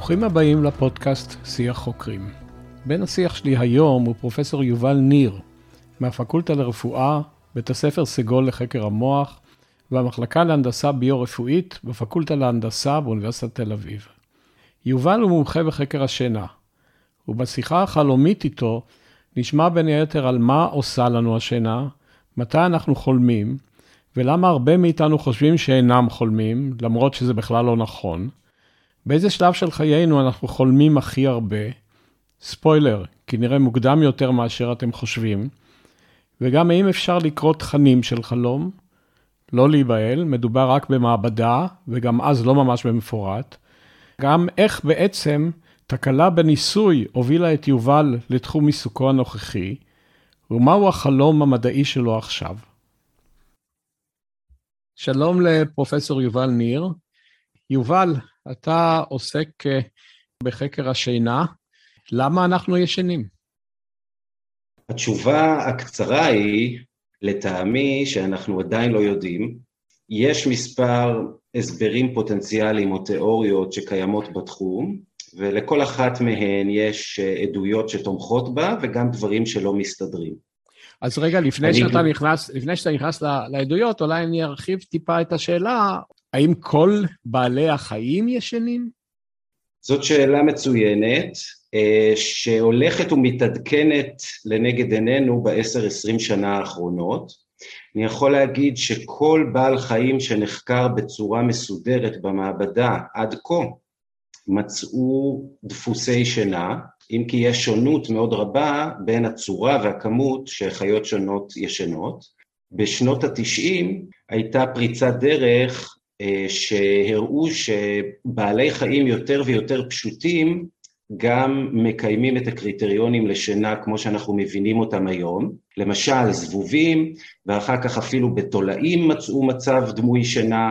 ברוכים הבאים לפודקאסט שיח חוקרים. בן השיח שלי היום הוא פרופסור יובל ניר, מהפקולטה לרפואה, בית הספר סגול לחקר המוח, והמחלקה להנדסה ביו-רפואית בפקולטה להנדסה באוניברסיטת תל אביב. יובל הוא מומחה בחקר השינה, ובשיחה החלומית איתו נשמע בין היתר על מה עושה לנו השינה, מתי אנחנו חולמים, ולמה הרבה מאיתנו חושבים שאינם חולמים, למרות שזה בכלל לא נכון. באיזה שלב של חיינו אנחנו חולמים הכי הרבה? ספוילר, כנראה מוקדם יותר מאשר אתם חושבים. וגם האם אפשר לקרוא תכנים של חלום? לא להיבהל, מדובר רק במעבדה, וגם אז לא ממש במפורט. גם איך בעצם תקלה בניסוי הובילה את יובל לתחום עיסוקו הנוכחי, ומהו החלום המדעי שלו עכשיו. שלום לפרופסור יובל ניר. יובל, אתה עוסק בחקר השינה. למה אנחנו ישנים? התשובה הקצרה היא, לטעמי, שאנחנו עדיין לא יודעים. יש מספר הסברים פוטנציאליים או תיאוריות שקיימות בתחום, ולכל אחת מהן יש עדויות שתומכות בה, וגם דברים שלא מסתדרים. אז רגע, לפני שאתה נכנס לעדויות, אולי אני ארחיב טיפה את השאלה, האם כל בעלי החיים ישנים? זאת שאלה מצוינת, שהולכת ומתעדכנת לנגד עינינו ב10-20 שנה האחרונות. אני יכול להגיד שכל בעל חיים שנחקר בצורה מסודרת במעבדה עד כה, מצאו דפוסי שינה, אם כי יש שונות מאוד רבה בין הצורה והכמות שחיות שונות ישנות. בשנות ה-90 הייתה פריצת דרך שהראו שבעלי חיים יותר ויותר פשוטים גם מקיימים את הקריטריונים לשינה כמו שאנחנו מבינים אותם היום. למשל זבובים, ואחר כך אפילו בתולעים מצאו מצב דמוי שינה.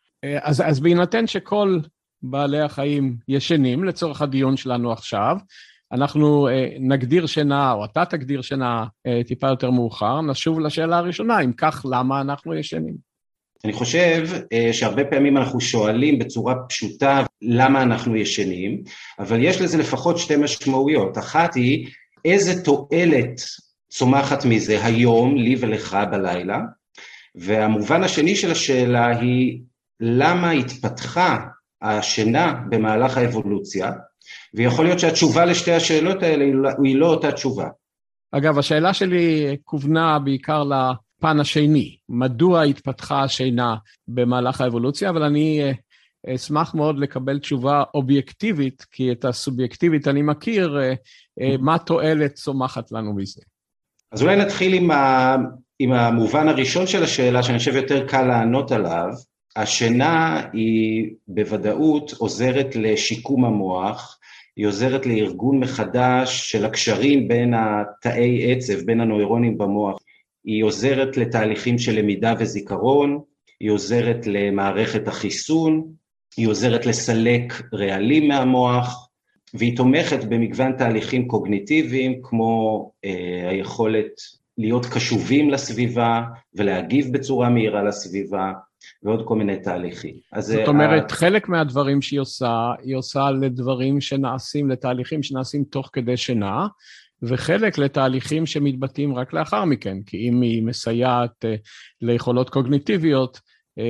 אז בהינתן שכל בעלי החיים ישנים, לצורך הדיון שלנו עכשיו, אנחנו נגדיר שינה, או אתה תגדיר שינה טיפה יותר מאוחר, נשוב לשאלה הראשונה, אם כך, למה אנחנו ישנים? אני חושב שהרבה פעמים אנחנו שואלים בצורה פשוטה למה אנחנו ישנים, אבל יש לזה לפחות שתי משמעויות. אחת היא, איזה תועלת צומחת מזה היום, לי ולך בלילה, והמובן השני של השאלה היא, למה התפתחה השינה במהלך האבולוציה, ויכול להיות שהתשובה לשתי השאלות האלה היא לא אותה תשובה. אגב, השאלה שלי כוונה בעיקר לפן השני, מדוע התפתחה השינה במהלך האבולוציה, אבל אני אשמח מאוד לקבל תשובה אובייקטיבית, כי את הסובייקטיבית אני מכיר, מה תועלת צומחת לנו מזה. אז אולי נתחיל עם המובן הראשון של השאלה, שאני חושב יותר קל לענות עליו. השינה היא בוודאות עוזרת לשיקום המוח, היא עוזרת לארגון מחדש של הקשרים בין התאי עצב, בין הנוירונים במוח, היא עוזרת לתהליכים של למידה וזיכרון, היא עוזרת למערכת החיסון, היא עוזרת לסלק רעלים מהמוח, והיא תומכת במגוון תהליכים קוגניטיביים, כמו היכולת להיות קשובים לסביבה, ולהגיב בצורה מהירה לסביבה, ועוד כל מיני תהליכים. זאת אומרת, חלק מהדברים שהיא עושה, היא עושה לדברים שנעשים, לתהליכים שנעשים תוך כדי שינה, וחלק לתהליכים שמתבטאים רק לאחר מכן, כי אם היא מסייעת ליכולות קוגניטיביות,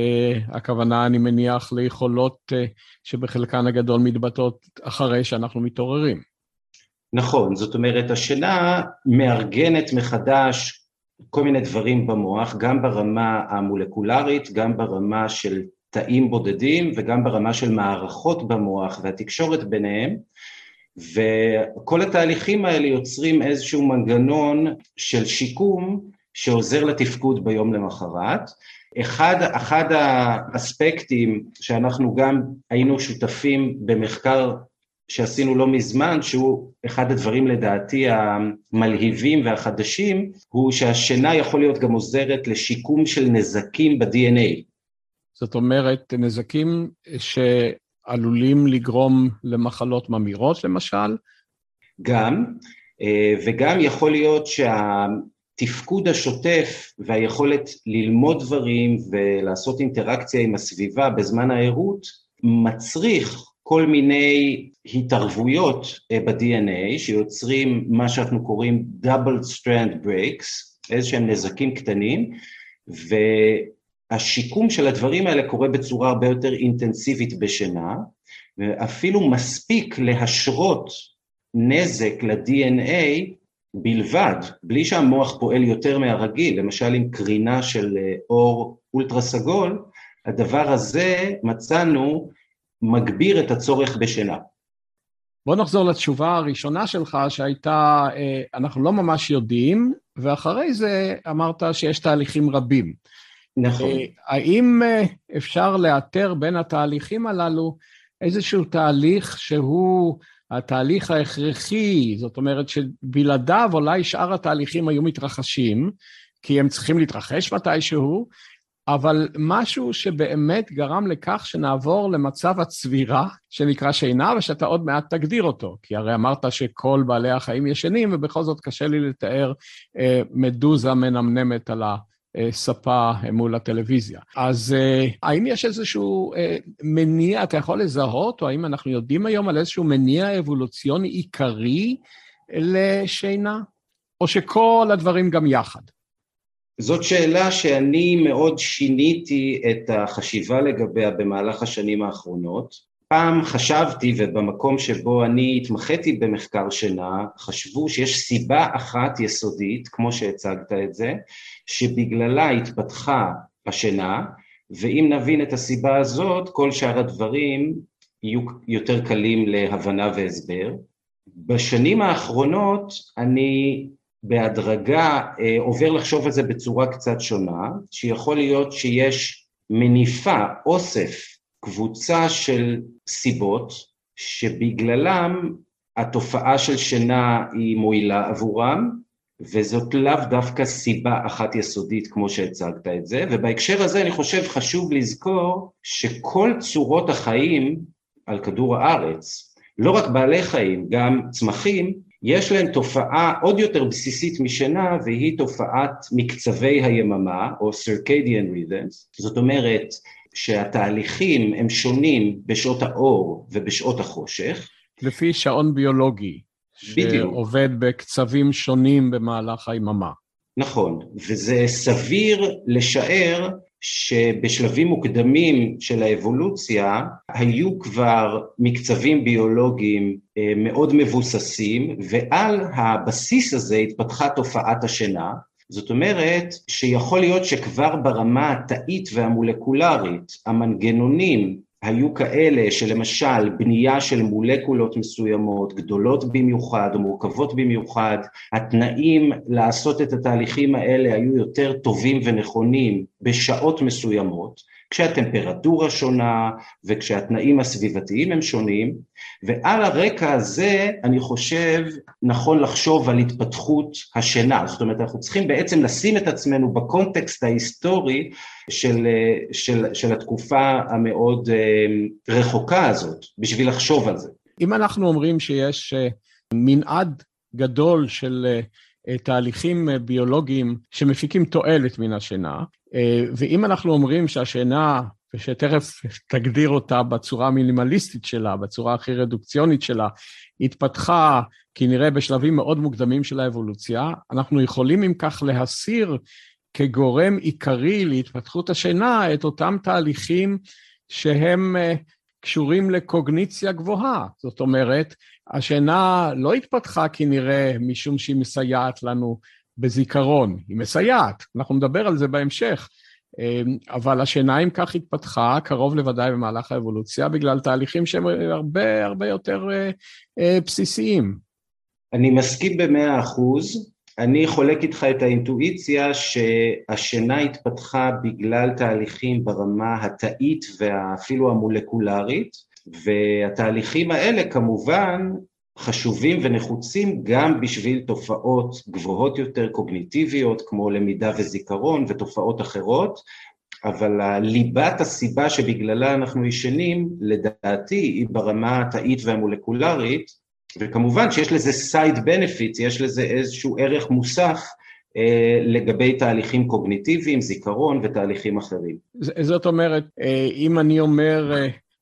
הכוונה אני מניח ליכולות שבחלקן הגדול מתבטאות אחרי שאנחנו מתעוררים. נכון, זאת אומרת, השינה מארגנת מחדש כל מיני דברים במוח, גם ברמה המולקולרית, גם ברמה של תאים בודדים, וגם ברמה של מערכות במוח והתקשורת ביניהם, וכל התהליכים האלה יוצרים איזשהו מנגנון של שיקום שעוזר לתפקוד ביום למחרת. אחד האספקטים שאנחנו גם היינו שותפים במחקר שעשינו לא מזמן, שהוא אחד הדברים לדעתי המלהיבים והחדשים, הוא שהשינה יכול להיות גם עוזרת לשיקום של נזקים ב-DNA. זאת אומרת, נזקים שעלולים לגרום למחלות ממירות למשל? גם, וגם יכול להיות שהתפקוד השוטף והיכולת ללמוד דברים ולעשות אינטראקציה עם הסביבה בזמן הערות, מצריך כל מיני התערבויות ב-DNA שיוצרים מה שאנחנו קוראים double strand breaks, איזשהם נזקים קטנים, והשיקום של הדברים האלה קורה בצורה הרבה יותר אינטנסיבית בשינה, ואפילו מספיק להשרות נזק ל-DNA בלבד, בלי שהמוח פועל יותר מהרגיל, למשל עם קרינה של אור אולטרה סגול, הדבר הזה מצאנו מגביר את הצורך בשינה. בוא נחזור לתשובה הראשונה שלך שהייתה, אנחנו לא ממש יודעים, ואחרי זה אמרת שיש תהליכים רבים. נכון. האם אפשר לאתר בין התהליכים הללו איזשהו תהליך שהוא התהליך ההכרחי, זאת אומרת שבלעדיו אולי שאר התהליכים היו מתרחשים, כי הם צריכים להתרחש מתישהו, אבל משהו שבאמת גרם לכך שנעבור למצב הצבירה, שנקרא שינה, ושאתה עוד מעט תגדיר אותו, כי הרי אמרת שכל בעלי החיים ישנים, ובכל זאת קשה לי לתאר מדוזה מנמנמת על הספה מול הטלוויזיה. אז האם יש איזשהו מניע, אתה יכול לזהות, או האם אנחנו יודעים היום על איזשהו מניע אבולוציוני עיקרי לשינה, או שכל הדברים גם יחד? זאת שאלה שאני מאוד שיניתי את החשיבה לגביה במהלך השנים האחרונות. פעם חשבתי, ובמקום שבו אני התמחיתי במחקר שינה, חשבו שיש סיבה אחת יסודית, כמו שהצגת את זה, שבגללה התפתחה השינה, ואם נבין את הסיבה הזאת, כל שאר הדברים יהיו יותר קלים להבנה והסבר. בשנים האחרונות אני בהדרגה עובר לחשוב על זה בצורה קצת שונה, שיכול להיות שיש מניפה, אוסף, קבוצה של סיבות, שבגללם התופעה של שינה היא מועילה עבורם, וזאת לאו דווקא סיבה אחת יסודית כמו שהצגת את זה, ובהקשר הזה אני חושב חשוב לזכור שכל צורות החיים על כדור הארץ, לא רק בעלי חיים, גם צמחים, יש להם תופעה עוד יותר בסיסית משינה, והיא תופעת מקצבי היממה, או circadian rhythms, זאת אומרת שהתהליכים הם שונים בשעות האור ובשעות החושך. לפי שעון ביולוגי, בדיוק. שעובד בקצבים שונים במהלך היממה. נכון, וזה סביר לשער שבשלבים מוקדמים של האבולוציה היו כבר מקצבים ביולוגיים מאוד מבוססים, ועל הבסיס הזה התפתחה תופעת השינה. זאת אומרת שיכול להיות שכבר ברמה התאית והמולקולרית המנגנונים היו כאלה שלמשל בנייה של מולקולות מסוימות, גדולות במיוחד או מורכבות במיוחד, התנאים לעשות את התהליכים האלה היו יותר טובים ונכונים בשעות מסוימות, כשהטמפרטורה שונה וכשהתנאים הסביבתיים הם שונים, ועל הרקע הזה אני חושב נכון לחשוב על התפתחות השינה, זאת אומרת אנחנו צריכים בעצם לשים את עצמנו בקונטקסט ההיסטורי של התקופה המאוד רחוקה הזאת, בשביל לחשוב על זה. אם אנחנו אומרים שיש מנעד גדול של תהליכים ביולוגיים שמפיקים תועלת מן השינה, ואם אנחנו אומרים שהשינה, ושתכף תגדיר אותה בצורה המינימליסטית שלה, בצורה הכי רדוקציונית שלה, התפתחה כנראה בשלבים מאוד מוקדמים של האבולוציה, אנחנו יכולים אם כך להסיר כגורם עיקרי להתפתחות השינה את אותם תהליכים שהם קשורים לקוגניציה גבוהה. זאת אומרת, השינה לא התפתחה כנראה משום שהיא מסייעת לנו בזיכרון, היא מסייעת, אנחנו נדבר על זה בהמשך, אבל השינה אם כך התפתחה קרוב לוודאי במהלך האבולוציה, בגלל תהליכים שהם הרבה יותר בסיסיים. אני מסכים ב100%, אני חולק איתך את האינטואיציה שהשינה התפתחה בגלל תהליכים ברמה התאית ואפילו המולקולרית, והתהליכים האלה כמובן חשובים ונחוצים גם בשביל תופעות גבוהות יותר קוגניטיביות, כמו למידה וזיכרון ותופעות אחרות, אבל ליבת הסיבה שבגללה אנחנו ישנים, לדעתי, היא ברמה התאית והמולקולרית, וכמובן שיש לזה side benefits, יש לזה איזשהו ערך מוסף לגבי תהליכים קוגניטיביים, זיכרון ותהליכים אחרים. זאת אומרת, אם אני אומר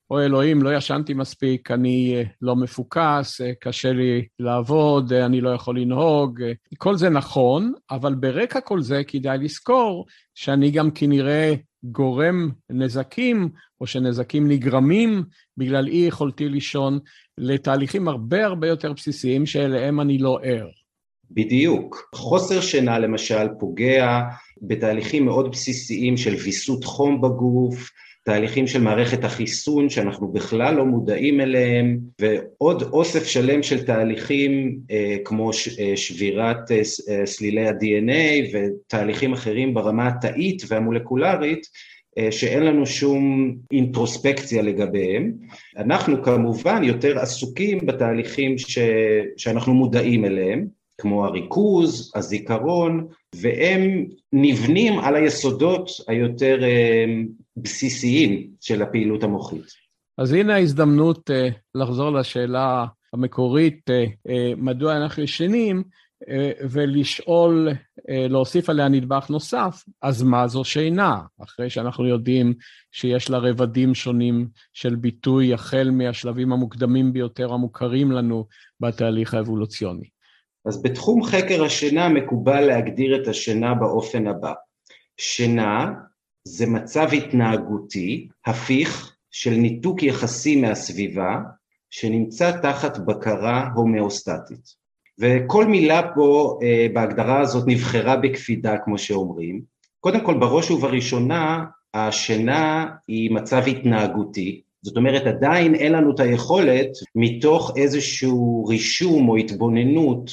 או אלוהים, לא ישנתי מספיק, אני לא מפוקס, קשה לי לעבוד, אני לא יכול לנהוג. כל זה נכון, אבל ברקע כל זה כדאי לזכור שאני גם כנראה גורם נזקים, או שנזקים נגרמים בגלל אי יכולתי לישון, לתהליכים הרבה הרבה יותר בסיסיים שאליהם אני לא ער. בדיוק. חוסר שינה למשל פוגע בתהליכים מאוד בסיסיים של ויסות חום בגוף, תהליכים של מערכת החיסון שאנחנו בכלל לא מודעים אליהם, ועוד אוסף שלם של תהליכים כמו שבירת סלילי ה-DNA ותהליכים אחרים ברמה התאית והמולקולרית, שאין לנו שום אינטרוספקציה לגביהם. אנחנו כמובן יותר עסוקים בתהליכים שאנחנו מודעים אליהם, כמו הריכוז, הזיכרון, והם נבנים על היסודות היותר בסיסיים של הפעילות המוחית. אז הנה ההזדמנות לחזור לשאלה המקורית, מדוע אנחנו ישנים, ולשאול, להוסיף עליה נדבך נוסף, אז מה זו שינה? אחרי שאנחנו יודעים שיש לה רבדים שונים של ביטוי, החל מהשלבים המוקדמים ביותר המוכרים לנו בתהליך האבולוציוני. אז בתחום חקר השינה מקובל להגדיר את השינה באופן הבא. שינה זה מצב התנהגותי, הפיך של ניתוק יחסי מהסביבה, שנמצא תחת בקרה הומאוסטטית. וכל מילה פה בהגדרה הזאת נבחרה בקפידה, כמו שאומרים. קודם כל, בראש ובראשונה, השינה היא מצב התנהגותי, זאת אומרת, עדיין אין לנו את היכולת, מתוך איזשהו רישום או התבוננות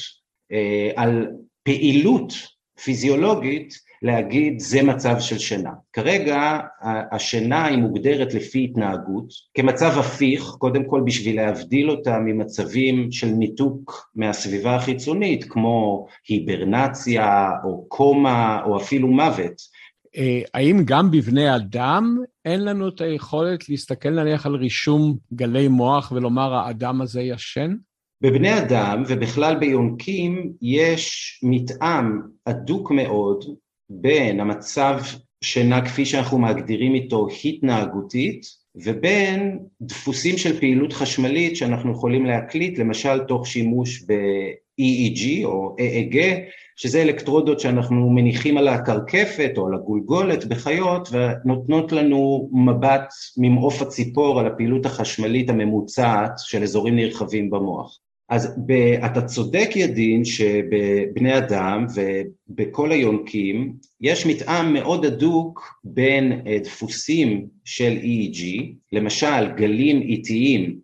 על פעילות פיזיולוגית, להגיד זה מצב של שינה. כרגע השינה היא מוגדרת לפי התנהגות, כמצב הפיך, קודם כל בשביל להבדיל אותה ממצבים של ניתוק מהסביבה החיצונית, כמו היברנציה או קומה או אפילו מוות. האם גם בבני אדם אין לנו את היכולת להסתכל נניח על רישום גלי מוח ולומר האדם הזה ישן? בבני אדם ובכלל ביונקים יש מתאם הדוק מאוד בין המצב שינה כפי שאנחנו מגדירים איתו התנהגותית, ובין דפוסים של פעילות חשמלית שאנחנו יכולים להקליט, למשל תוך שימוש ב-EEG או EEG, שזה אלקטרודות שאנחנו מניחים על הקרקפת או על הגולגולת בחיות, ונותנות לנו מבט ממעוף הציפור על הפעילות החשמלית הממוצעת של אזורים נרחבים במוח. אז אתה צודק ידין שבבני אדם ובכל היונקים יש מתאם מאוד הדוק בין דפוסים של EEG, למשל גלים איטיים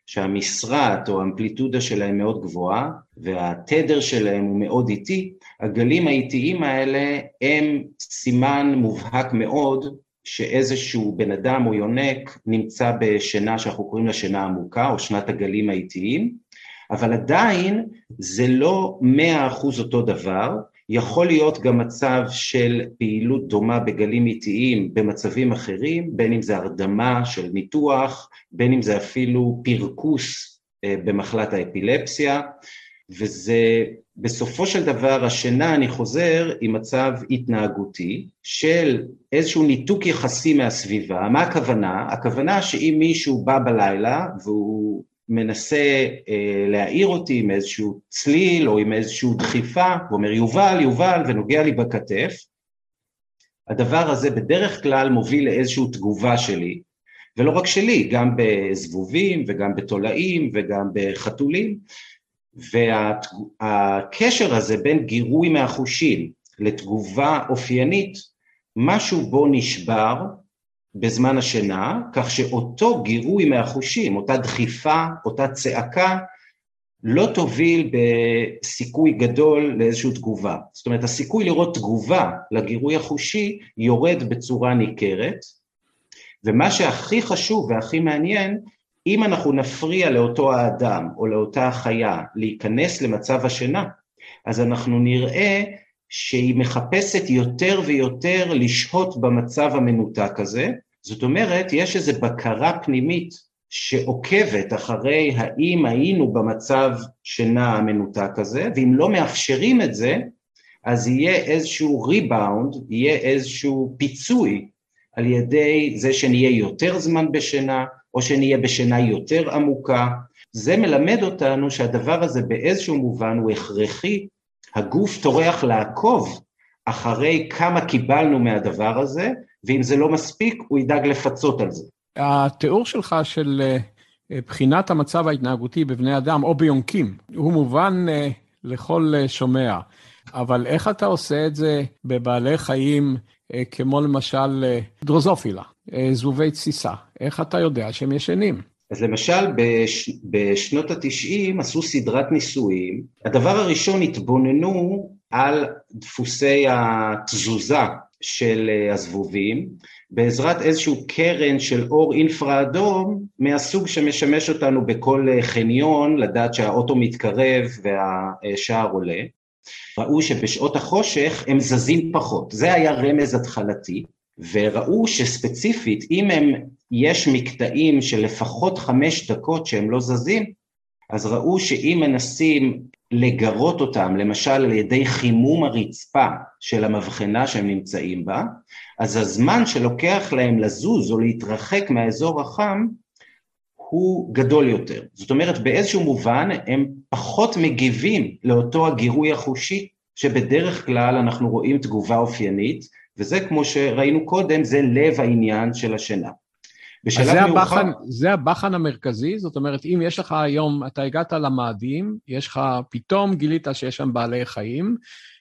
שהמשרת או האמפליטודה שלהם מאוד גבוהה והתדר שלהם הוא מאוד איטי, הגלים האיטיים האלה הם סימן מובהק מאוד שאיזשהו בן אדם או יונק נמצא בשינה שאנחנו קוראים לה שינה עמוקה או שנת הגלים האיטיים, אבל עדיין זה לא 100% אותו דבר, יכול להיות גם מצב של פעילות דומה בגלים איטיים במצבים אחרים, בין אם זה הרדמה של ניתוח, בין אם זה אפילו פרקוס במחלת האפילפסיה, וזה בסופו של דבר השינה, אני חוזר, היא מצב התנהגותי של איזשהו ניתוק יחסי מהסביבה. מה הכוונה? הכוונה שאם מישהו בא בלילה והוא מנסה להעיר אותי עם איזשהו צליל או עם איזשהו דחיפה, הוא אומר יובל, יובל, ונוגע לי בכתף, הדבר הזה בדרך כלל מוביל לאיזשהו תגובה שלי, ולא רק שלי, גם בזבובים וגם בתולעים וגם בחתולים, והקשר הזה בין גירוי מהחושים לתגובה אופיינית, משהו בו נשבר בזמן השינה, כך שאותו גירוי מהחושים, אותה דחיפה, אותה צעקה, לא תוביל בסיכוי גדול לאיזושהי תגובה. זאת אומרת, הסיכוי לראות תגובה לגירוי החושי יורד בצורה ניכרת, ומה שהכי חשוב והכי מעניין, אם אנחנו נפריע לאותו האדם או לאותה החיה להיכנס למצב השינה, אז אנחנו נראה שהיא מחפשת יותר ויותר לשהות במצב המנותק הזה, זאת אומרת, יש איזו בקרה פנימית שעוקבת אחרי האם היינו במצב שינה המנותק הזה, ואם לא מאפשרים את זה, אז יהיה איזשהו ריבאונד, יהיה איזשהו פיצוי על ידי זה שנהיה יותר זמן בשינה, או שנהיה בשינה יותר עמוקה. זה מלמד אותנו שהדבר הזה באיזשהו מובן הוא הכרחי, הגוף טורח לעקוב אחרי כמה קיבלנו מהדבר הזה, ואם זה לא מספיק, הוא ידאג לפצות על זה. התיאור שלך של בחינת המצב ההתנהגותי בבני אדם, או ביונקים, הוא מובן לכל שומע, אבל איך אתה עושה את זה בבעלי חיים, כמו למשל דרוזופילה, זבובי תסיסה? איך אתה יודע שהם ישנים? אז למשל, בשנות ה-90 עשו סדרת ניסויים. הדבר הראשון, התבוננו על דפוסי התזוזה של הזבובים, בעזרת איזשהו קרן של אור אינפרה-אדום, מהסוג שמשמש אותנו בכל חניון, לדעת שהאוטו מתקרב והשער עולה. ראו שבשעות החושך הם זזים פחות. זה היה רמז התחלתי, וראו שספציפית, אם יש מקטעים של לפחות 5 דקות שהם לא זזים, אז ראו שאם מנסים לגרות אותם, למשל על ידי חימום הרצפה של המבחנה שהם נמצאים בה, אז הזמן שלוקח להם לזוז או להתרחק מהאזור החם, הוא גדול יותר. זאת אומרת, באיזשהו מובן הם פחות מגיבים לאותו הגירוי החושי, שבדרך כלל אנחנו רואים תגובה אופיינית, וזה כמו שראינו קודם, זה לב העניין של השינה. אז זה הבחן המרכזי, זאת אומרת, אם יש לך היום, אתה הגעת למאדים, יש לך, פתאום גילית שיש שם בעלי חיים,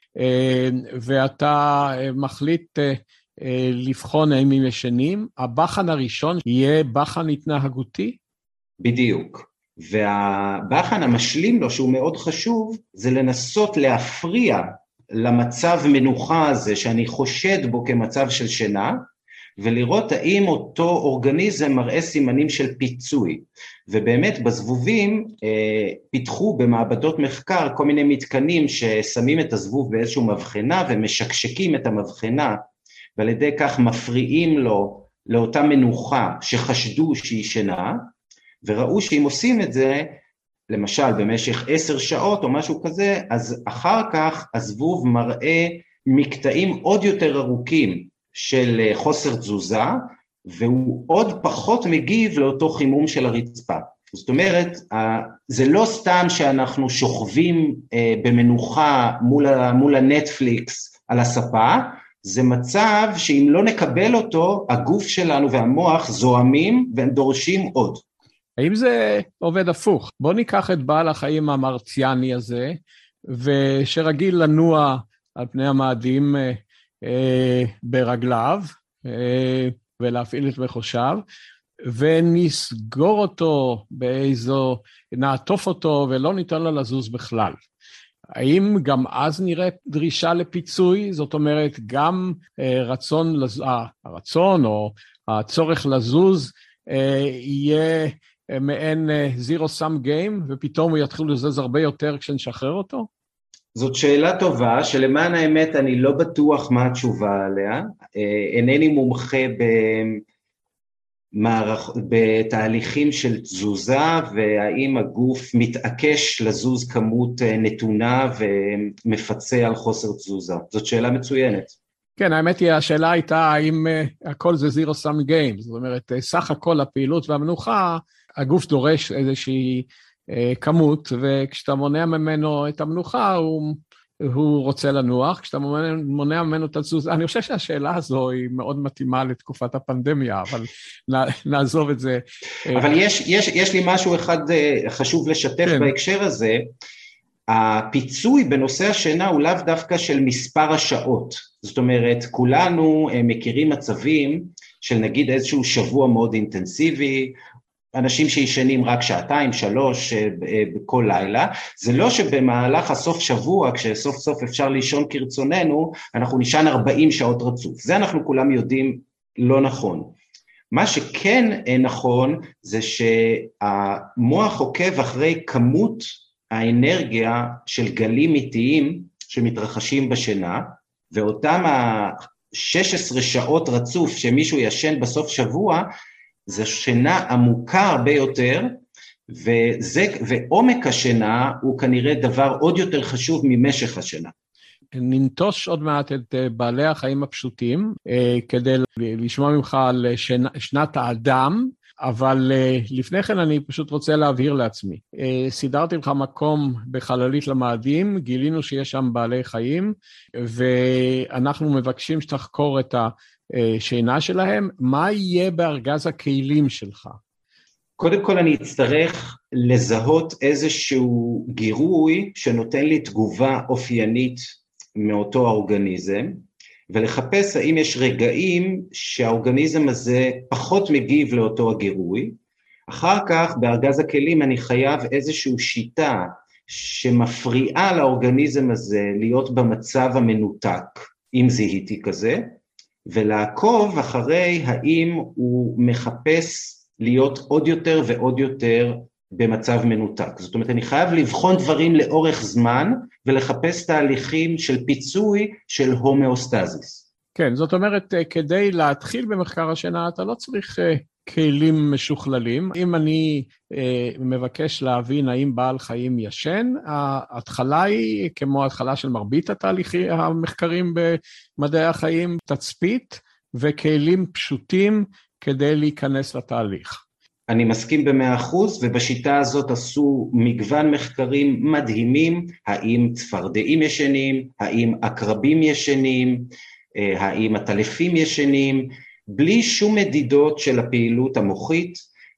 ואתה מחליט לבחון האם הם ישנים, הבחן הראשון יהיה בחן התנהגותי? בדיוק. והבחן המשלים לו, שהוא מאוד חשוב, זה לנסות להפריע למצב מנוחה הזה, שאני חושד בו כמצב של שינה, ולראות האם אותו אורגניזם מראה סימנים של פיצוי. ובאמת בזבובים פיתחו במעבדות מחקר כל מיני מתקנים ששמים את הזבוב באיזשהו מבחנה ומשקשקים את המבחנה, ועל ידי כך מפריעים לו לאותה מנוחה שחשדו שהיא שינה, וראו שאם עושים את זה, למשל במשך 10 שעות או משהו כזה, אז אחר כך הזבוב מראה מקטעים עוד יותר ארוכים, של חוסר תזוזה, והוא עוד פחות מגיב לאותו חימום של הרצפה. זאת אומרת, זה לא סתם שאנחנו שוכבים במנוחה מול הנטפליקס על הספה, זה מצב שאם לא נקבל אותו, הגוף שלנו והמוח זוהמים והם דורשים עוד. האם זה עובד הפוך? בוא ניקח את בעל החיים המרציאני הזה, ושרגיל לנוע על פני המאדים ברגליו, ולהפעיל את מחושיו, ונסגור אותו באיזו, נעטוף אותו ולא ניתן לו לזוז בכלל. האם גם אז נראה דרישה לפיצוי? זאת אומרת, גם הרצון או הצורך לזוז יהיה מעין zero sum game, ופתאום הוא יתחיל לזוז הרבה יותר כשנשחרר אותו? זאת שאלה טובה, שלמען האמת אני לא בטוח מה התשובה עליה, אינני מומחה בתהליכים של תזוזה, והאם הגוף מתעקש לזוז כמות נתונה ומפצה על חוסר תזוזה. זאת שאלה מצוינת. כן, האמת היא, השאלה הייתה האם הכל זה zero sum game, זאת אומרת, סך הכל הפעילות והמנוחה, הגוף דורש איזושהי כמות, וכשאתה מונע ממנו את המנוחה, הוא רוצה לנוח, כשאתה מונע ממנו את התזוז. אני חושב שהשאלה הזו היא מאוד מתאימה לתקופת הפנדמיה, אבל נעזוב את זה. אבל יש לי משהו אחד חשוב לשתף בהקשר הזה, הפיצוי בנושא השינה הוא לאו דווקא של מספר השעות, זאת אומרת, כולנו מכירים מצבים של נגיד איזשהו שבוע מאוד אינטנסיבי, אנשים שישנים רק 2-3 בכל לילה, זה לא שבמהלך הסוף שבוע, כשסוף סוף אפשר לישון כרצוננו, אנחנו נישן 40 שעות רצוף, זה אנחנו כולם יודעים לא נכון. מה שכן נכון, זה שהמוח עוקב אחרי כמות האנרגיה של גלים איטיים שמתרחשים בשינה, ואותם ה-16 שעות רצוף שמישהו ישן בסוף שבוע, זה שינה עמוקה הרבה יותר, ועומק השינה הוא כנראה דבר עוד יותר חשוב ממשך השינה. ננטוש עוד מעט את בעלי החיים הפשוטים, כדי לשמוע ממך על שנת האדם, אבל לפני כן אני פשוט רוצה להבהיר לעצמי. סידרתי לך מקום בחללית למאדים, גילינו שיש שם בעלי חיים, ואנחנו מבקשים שתחקור את השינה שלהם. מה יהיה בארגז הכלים שלך? קודם כל אני אצטרך לזהות איזשהו גירוי שנותן לי תגובה אופיינית מאותו האורגניזם, ולחפש האם יש רגעים שהאורגניזם הזה פחות מגיב לאותו הגירוי. אחר כך בארגז הכלים אני חייב איזושהי שיטה שמפריעה לאורגניזם הזה להיות במצב המנותק, אם זיהיתי כזה, ולעקוב אחרי האם הוא מחפש להיות עוד יותר ועוד יותר במצב מנותק. זאת אומרת, אני חייב לבחון דברים לאורך זמן, ולחפש תהליכים של פיצוי של הומאוסטזיס. כן, זאת אומרת, כדי להתחיל במחקר השינה, אתה לא צריך כלים משוכללים. אם אני מבקש להבין האם בעל חיים ישן, ההתחלה היא, כמו ההתחלה של מרבית התהליכים המחקרים במדעי החיים, תצפית וכלים פשוטים כדי להיכנס לתהליך. אני מסכים ב100%, ובשיטה הזאת עשו מגוון מחקרים מדהימים, האם צפרדעים ישנים, האם עקרבים ישנים, האם הטלפים ישנים, בלי שום מדידות של הפעילות המוחית,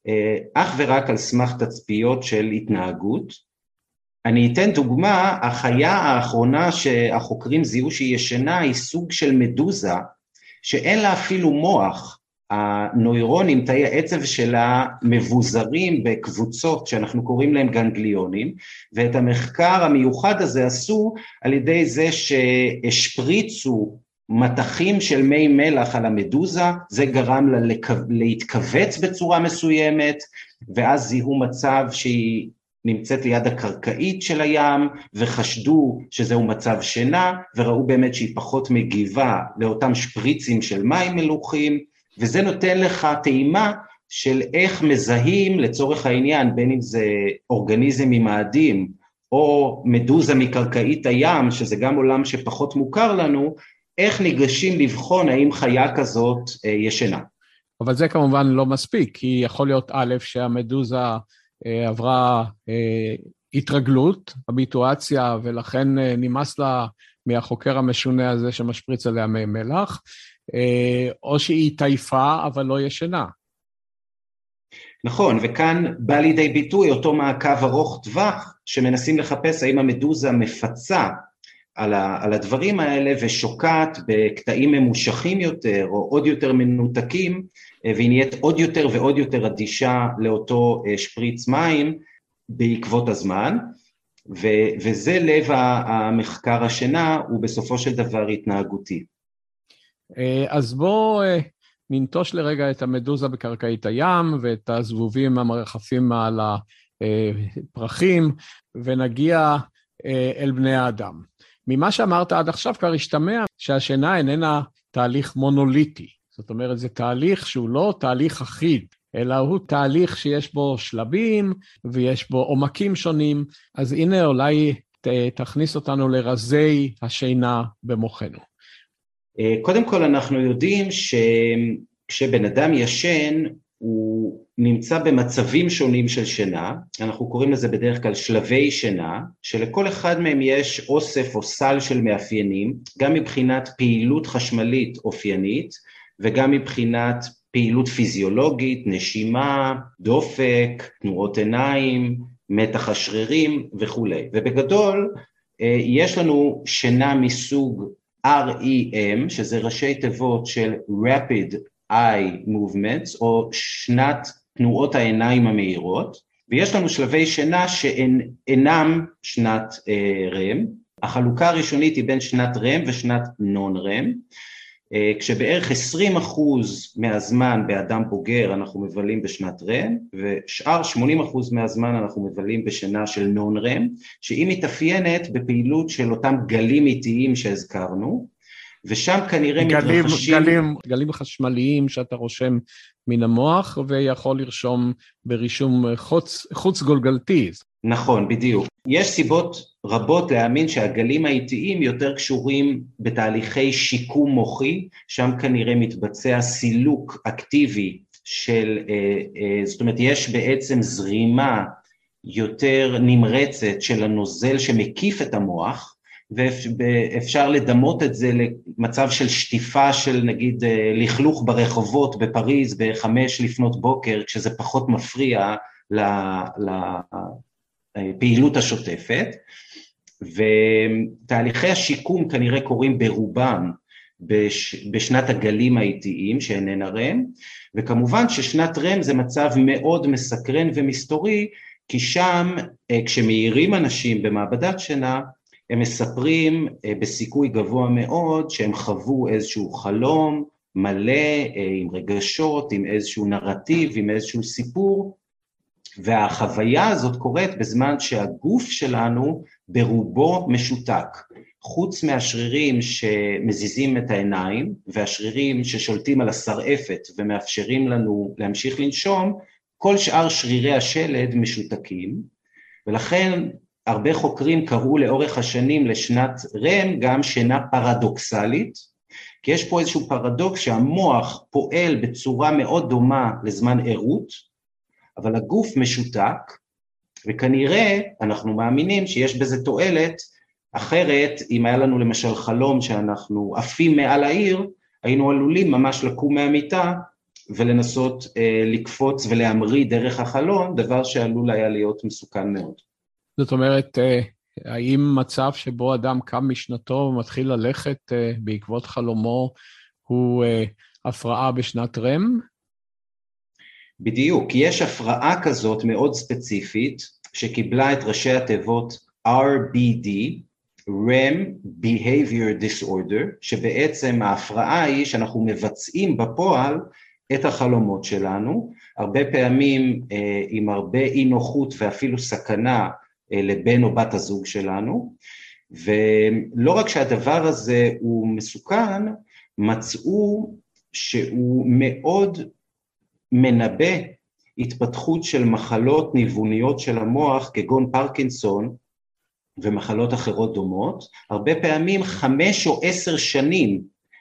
אך ורק על סמך תצפיות של התנהגות. אני אתן דוגמה, החיה האחרונה שהחוקרים זיהו שהיא ישנה, היא סוג של מדוזה, שאין לה אפילו מוח, הנוירונים, תאי העצב שלה מבוזרים בקבוצות שאנחנו קוראים להם גנגליונים, ואת המחקר המיוחד הזה עשו על ידי זה שהשפריצו מתחים של מי מלח על המדוזה, זה גרם לה להתכווץ בצורה מסוימת, ואז זיהו מצב שהיא נמצאת ליד הקרקעית של הים, וחשדו שזהו מצב שינה, וראו באמת שהיא פחות מגיבה לאותם שפריצים של מים מלוחים, וזה נותן לך טעימה של איך מזהים לצורך העניין, בין אם זה אורגניזם ממאדים, או מדוזה מקרקעית הים, שזה גם עולם שפחות מוכר לנו, איך ניגשים לבחון האם חיה כזאת ישנה. אבל זה כמובן לא מספיק, כי יכול להיות א' שהמדוזה עברה התרגלות, הביטואציה, ולכן נמאס לה מהחוקר המשונה הזה שמשפריץ עליה מי מלח, או שהיא טייפה אבל לא ישנה. נכון, וכאן בא לידי ביטוי אותו מעקב ארוך טווח, שמנסים לחפש האם המדוזה מפצה על הדברים האלה, ושוקעת בקטעים ממושכים יותר, או עוד יותר מנותקים, והיא נהיית עוד יותר ועוד יותר אדישה לאותו שפריץ מים בעקבות הזמן, וזה לב המחקר השינה, הוא בסופו של דבר התנהגותי. אז בוא ננטוש לרגע את המדוזה בקרקעית הים, ואת הזבובים המרחפים על הפרחים, ונגיע אל בני האדם. ממה שאמרת עד עכשיו כבר השתמע שהשינה איננה תהליך מונוליטי, זאת אומרת זה תהליך שהוא לא תהליך אחיד, אלא הוא תהליך שיש בו שלבים ויש בו עומקים שונים, אז הנה אולי תכניס אותנו לרזי השינה במוחנו. קודם כל אנחנו יודעים שכשבן אדם ישן הוא נמצא במצבים שונים של שינה, אנחנו קוראים לזה בדרך כלל שלבי שינה, שלכל אחד מהם יש אוסף או סל של מאפיינים, גם מבחינת פעילות חשמלית אופיינית, וגם מבחינת פעילות פיזיולוגית, נשימה, דופק, תנועות עיניים, מתח השרירים וכו'. ובגדול יש לנו שינה מסוג REM, שזה ראשי תיבות של Rapid Eye Movements, או שנת תנועות העיניים המהירות, ויש לנו שלבי שינה שאינם שנת REM, החלוקה הראשונית היא בין שנת REM ושנת Non-REM, כשבערך 20% מהזמן באדם בוגר אנחנו מבלים בשנת REM, ושאר 80% מהזמן אנחנו מבלים בשינה של Non-REM, שהיא מתאפיינת בפעילות של אותם גלים איטיים שהזכרנו, ושם כנראה מתרחשים... גלים חשמליים שאתה רושם מן המוח, ויכול לרשום ברישום חוץ גולגלתי. נכון, בדיוק. יש סיבות רבות להאמין שהגלים האיטיים יותר קשורים בתהליכי שיקום מוחי, שם כנראה מתבצע סילוק אקטיבי זאת אומרת, יש בעצם זרימה יותר נמרצת של הנוזל שמקיף את המוח, ואפשר לדמות את זה למצב של שטיפה של נגיד לכלוך ברחובות בפריז ב5 לפנות בוקר, כשזה פחות מפריע לפעילות השוטפת, ותהליכי השיקום כנראה קורים ברובם בשנת הגלים האיטיים שאיננה רם, וכמובן ששנת רם זה מצב מאוד מסקרן ומסתורי, כי שם כשמאירים אנשים במעבדת שינה, הם מספרים בסיכוי גבוה מאוד שהם חוו איזשהו חלום מלא עם רגשות, עם איזשהו נרטיב, עם איזשהו סיפור, והחוויה הזאת קורית בזמן שהגוף שלנו ברובו משותק. חוץ מהשרירים שמזיזים את העיניים, והשרירים ששולטים על השרעפת ומאפשרים לנו להמשיך לנשום, כל שאר שרירי השלד משותקים, ולכן הרבה חוקרים קראו לאורך השנים לשנת רם גם שינה פרדוקסלית, כי יש פה איזשהו פרדוקס שהמוח פועל בצורה מאוד דומה לזמן ערות, אבל הגוף משותק, וכנראה אנחנו מאמינים שיש בזה תועלת, אחרת אם היה לנו למשל חלום שאנחנו עפים מעל העיר, היינו עלולים ממש לקום מהמיטה, ולנסות לקפוץ ולהמריא דרך החלון, דבר שעלול היה להיות מסוכן מאוד. זאת אומרת, האם מצב שבו אדם קם משנתו ומתחיל ללכת בעקבות חלומו, הוא הפרעה בשנת רם? בדיוק, יש הפרעה כזאת מאוד ספציפית, שקיבלה את ראשי התיבות RBD, REM Behavior Disorder, שבעצם ההפרעה היא שאנחנו מבצעים בפועל את החלומות שלנו, הרבה פעמים עם הרבה אי נוחות ואפילו סכנה לבן או בת הזוג שלנו, ולא רק שהדבר הזה הוא מסוכן, מצאו שהוא מאוד מנבא התפתחות של מחלות ניווניות של המוח, כגון פרקינסון ומחלות אחרות דומות, הרבה פעמים 5 או 10 שנים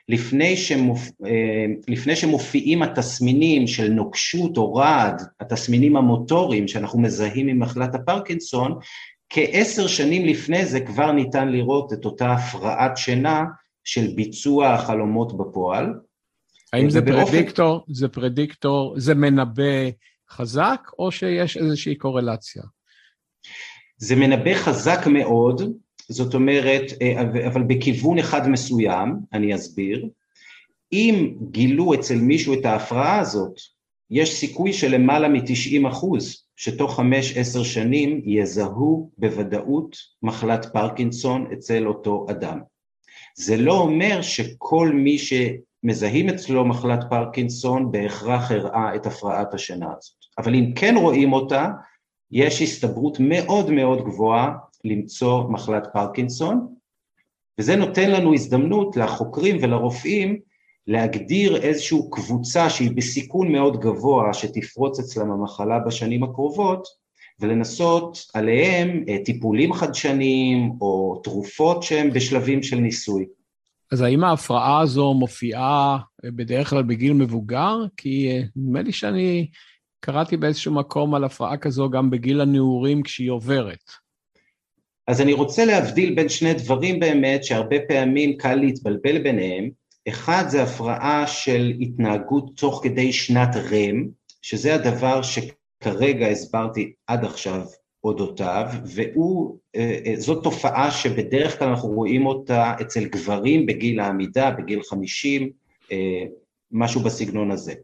לפני שמופיעים התסמינים של נוקשות או רעד, התסמינים המוטוריים שאנחנו מזהים עם מחלת הפרקינסון, כ10 שנים לפני זה כבר ניתן לראות את אותה הפרעת שינה של ביצוע החלומות בפועל. האם זה פרדיקטור, זה מנבא חזק, או שיש איזושהי קורלציה? זה מנבא חזק מאוד, זאת אומרת, אבל בכיוון אחד מסוים, אני אסביר, אם גילו אצל מישהו את ההפרעה הזאת, יש סיכוי של למעלה מ-90% שתוך 5-10 שנים יזהו בוודאות מחלת פרקינסון אצל אותו אדם. זה לא אומר שכל מי שמזהים אצלו מחלת פרקינסון בהכרח הראה את הפרעת השינה הזאת. אבל אם כן רואים אותה, יש הסתברות מאוד מאוד גבוהה למצוא מחלת פרקינסון, וזה נותן לנו הזדמנות לחוקרים ולרופאים להגדיר איזושהי קבוצה שהיא בסיכון מאוד גבוה שתפרוץ אצלם המחלה בשנים הקרובות, ולנסות עליהם טיפולים חדשניים או תרופות שהם בשלבים של ניסוי. אז האם ההפרעה הזו מופיעה בדרך כלל בגיל מבוגר? כי נדמה לי שאני קראתי באיזשהו מקום על הפרעה כזו גם בגיל הנעורים כשהיא עוברת. אז אני רוצה להבדיל בין שני דברים באמת שהרבה פעמים קל להתבלבל ביניהם. אחד זה הפרעה של התנהגות תוך כדי שנת רם, שזה הדבר שכרגע הסברתי עד עכשיו אודותיו, זאת תופעה שבדרך כלל אנחנו רואים אותה אצל גברים בגיל העמידה, בגיל 50, משהו בסגנון הזה.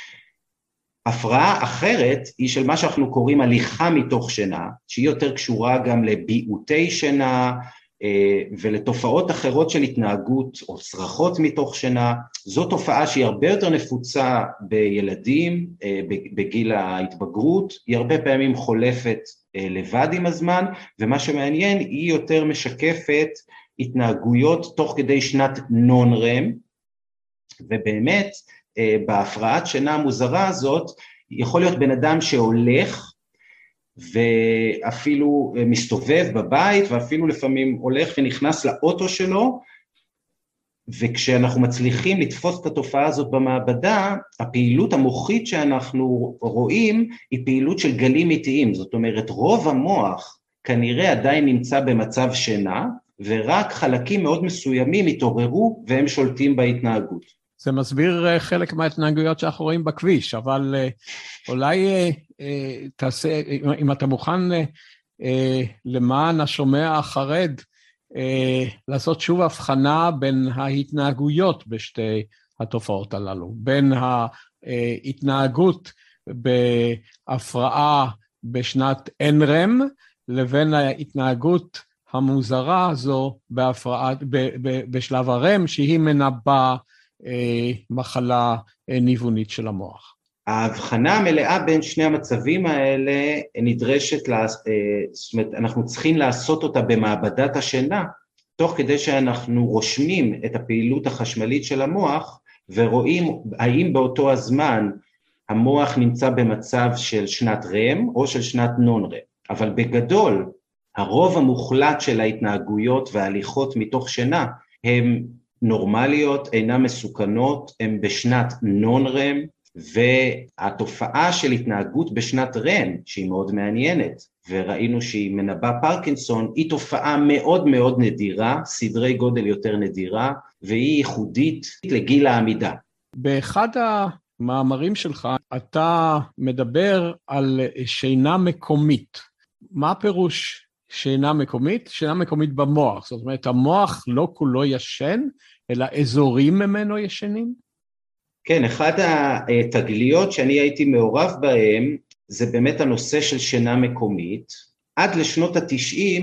הפרעה אחרת היא של מה שאנחנו קוראים הליכה מתוך שינה, שהיא יותר קשורה גם לביעוטי שינה, ולתופעות אחרות של התנהגות או צרחות מתוך שינה. זו תופעה שהיא הרבה יותר נפוצה בילדים, בגיל ההתבגרות, היא הרבה פעמים חולפת לבד עם הזמן, ומה שמעניין היא יותר משקפת התנהגויות תוך כדי שנת נון רם, ובאמת בהפרעת שינה המוזרה הזאת, יכול להיות בן אדם שהולך, ואפילו מסתובב בבית, ואפילו לפעמים הולך ונכנס לאוטו שלו, וכשאנחנו מצליחים לתפוס את התופעה הזאת במעבדה, הפעילות המוחית שאנחנו רואים היא פעילות של גלים איטיים, זאת אומרת רוב המוח כנראה עדיין נמצא במצב שינה, ורק חלקים מאוד מסוימים התעוררו והם שולטים בהתנהגות. זה מסביר חלק מההתנהגויות שאנחנו רואים בכביש, אבל אולי תעשה, אם אתה מוכן למען השומע החרד, לעשות שוב הבחנה בין ההתנהגויות בשתי התופעות הללו, בין ההתנהגות בהפרעה בשנת NREM, לבין ההתנהגות המוזרה הזו בהפרעה, בשלב הרם, שהיא מנבאה מחלה ניוונית של המוח. ההבחנה המלאה בין שני המצבים האלה נדרשת, זאת אומרת, אנחנו צריכים לעשות אותה במעבדת השינה, תוך כדי שאנחנו רושמים את הפעילות החשמלית של המוח, ורואים האם באותו הזמן המוח נמצא במצב של שנת REM או של שנת non-REM. אבל בגדול, הרוב המוחלט של ההתנהגויות וההליכות מתוך שינה, הן נורמליות, אינן מסוכנות, הן בשנת non-REM, והתופעה של התנהגות בשנת REM, שהיא מאוד מעניינת, וראינו שהיא מנבאה פרקינסון, היא תופעה מאוד מאוד נדירה, סדרי גודל יותר נדירה, והיא ייחודית לגיל העמידה. באחד המאמרים שלך, אתה מדבר על שינה מקומית. מה הפירוש שינה מקומית? שינה מקומית במוח, זאת אומרת, המוח לא כולו ישן, אלא אזורים ממנו ישנים? כן, אחד התגליות שאני הייתי מעורב בהם, זה באמת הנושא של שינה מקומית. עד לשנות ה-90,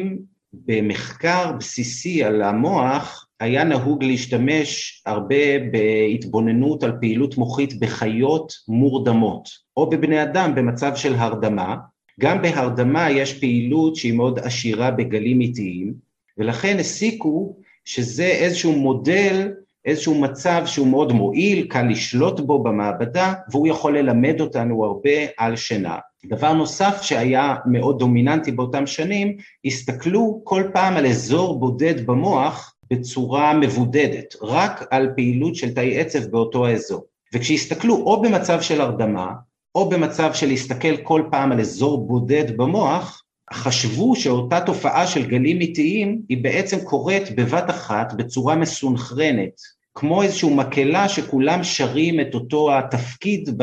במחקר בסיסי על המוח, היה נהוג להשתמש הרבה בהתבוננות על פעילות מוחית בחיות מורדמות, או בבני אדם במצב של הרדמה. גם בהרדמה יש פעילות שהיא מאוד עשירה בגלים איטיים, ולכן הסיקו שזה איזשהו מודל, איזשהו מצב שהוא מאוד מועיל, קל לשלוט בו במעבדה, והוא יכול ללמד אותנו הרבה על שינה. דבר נוסף שהיה מאוד דומיננטי באותם שנים, הסתכלו כל פעם על אזור בודד במוח בצורה מבודדת, רק על פעילות של תאי עצב באותו האזור. וכשהסתכלו או במצב של הרדמה, או במצב של להסתכל כל פעם על אזור בודד במוח, חשבו שאותה תופעה של גלים איטיים היא בעצם קורית בבת אחת בצורה מסונכרנת, כמו איזשהו מקהלה שכולם שרים את אותו התפקיד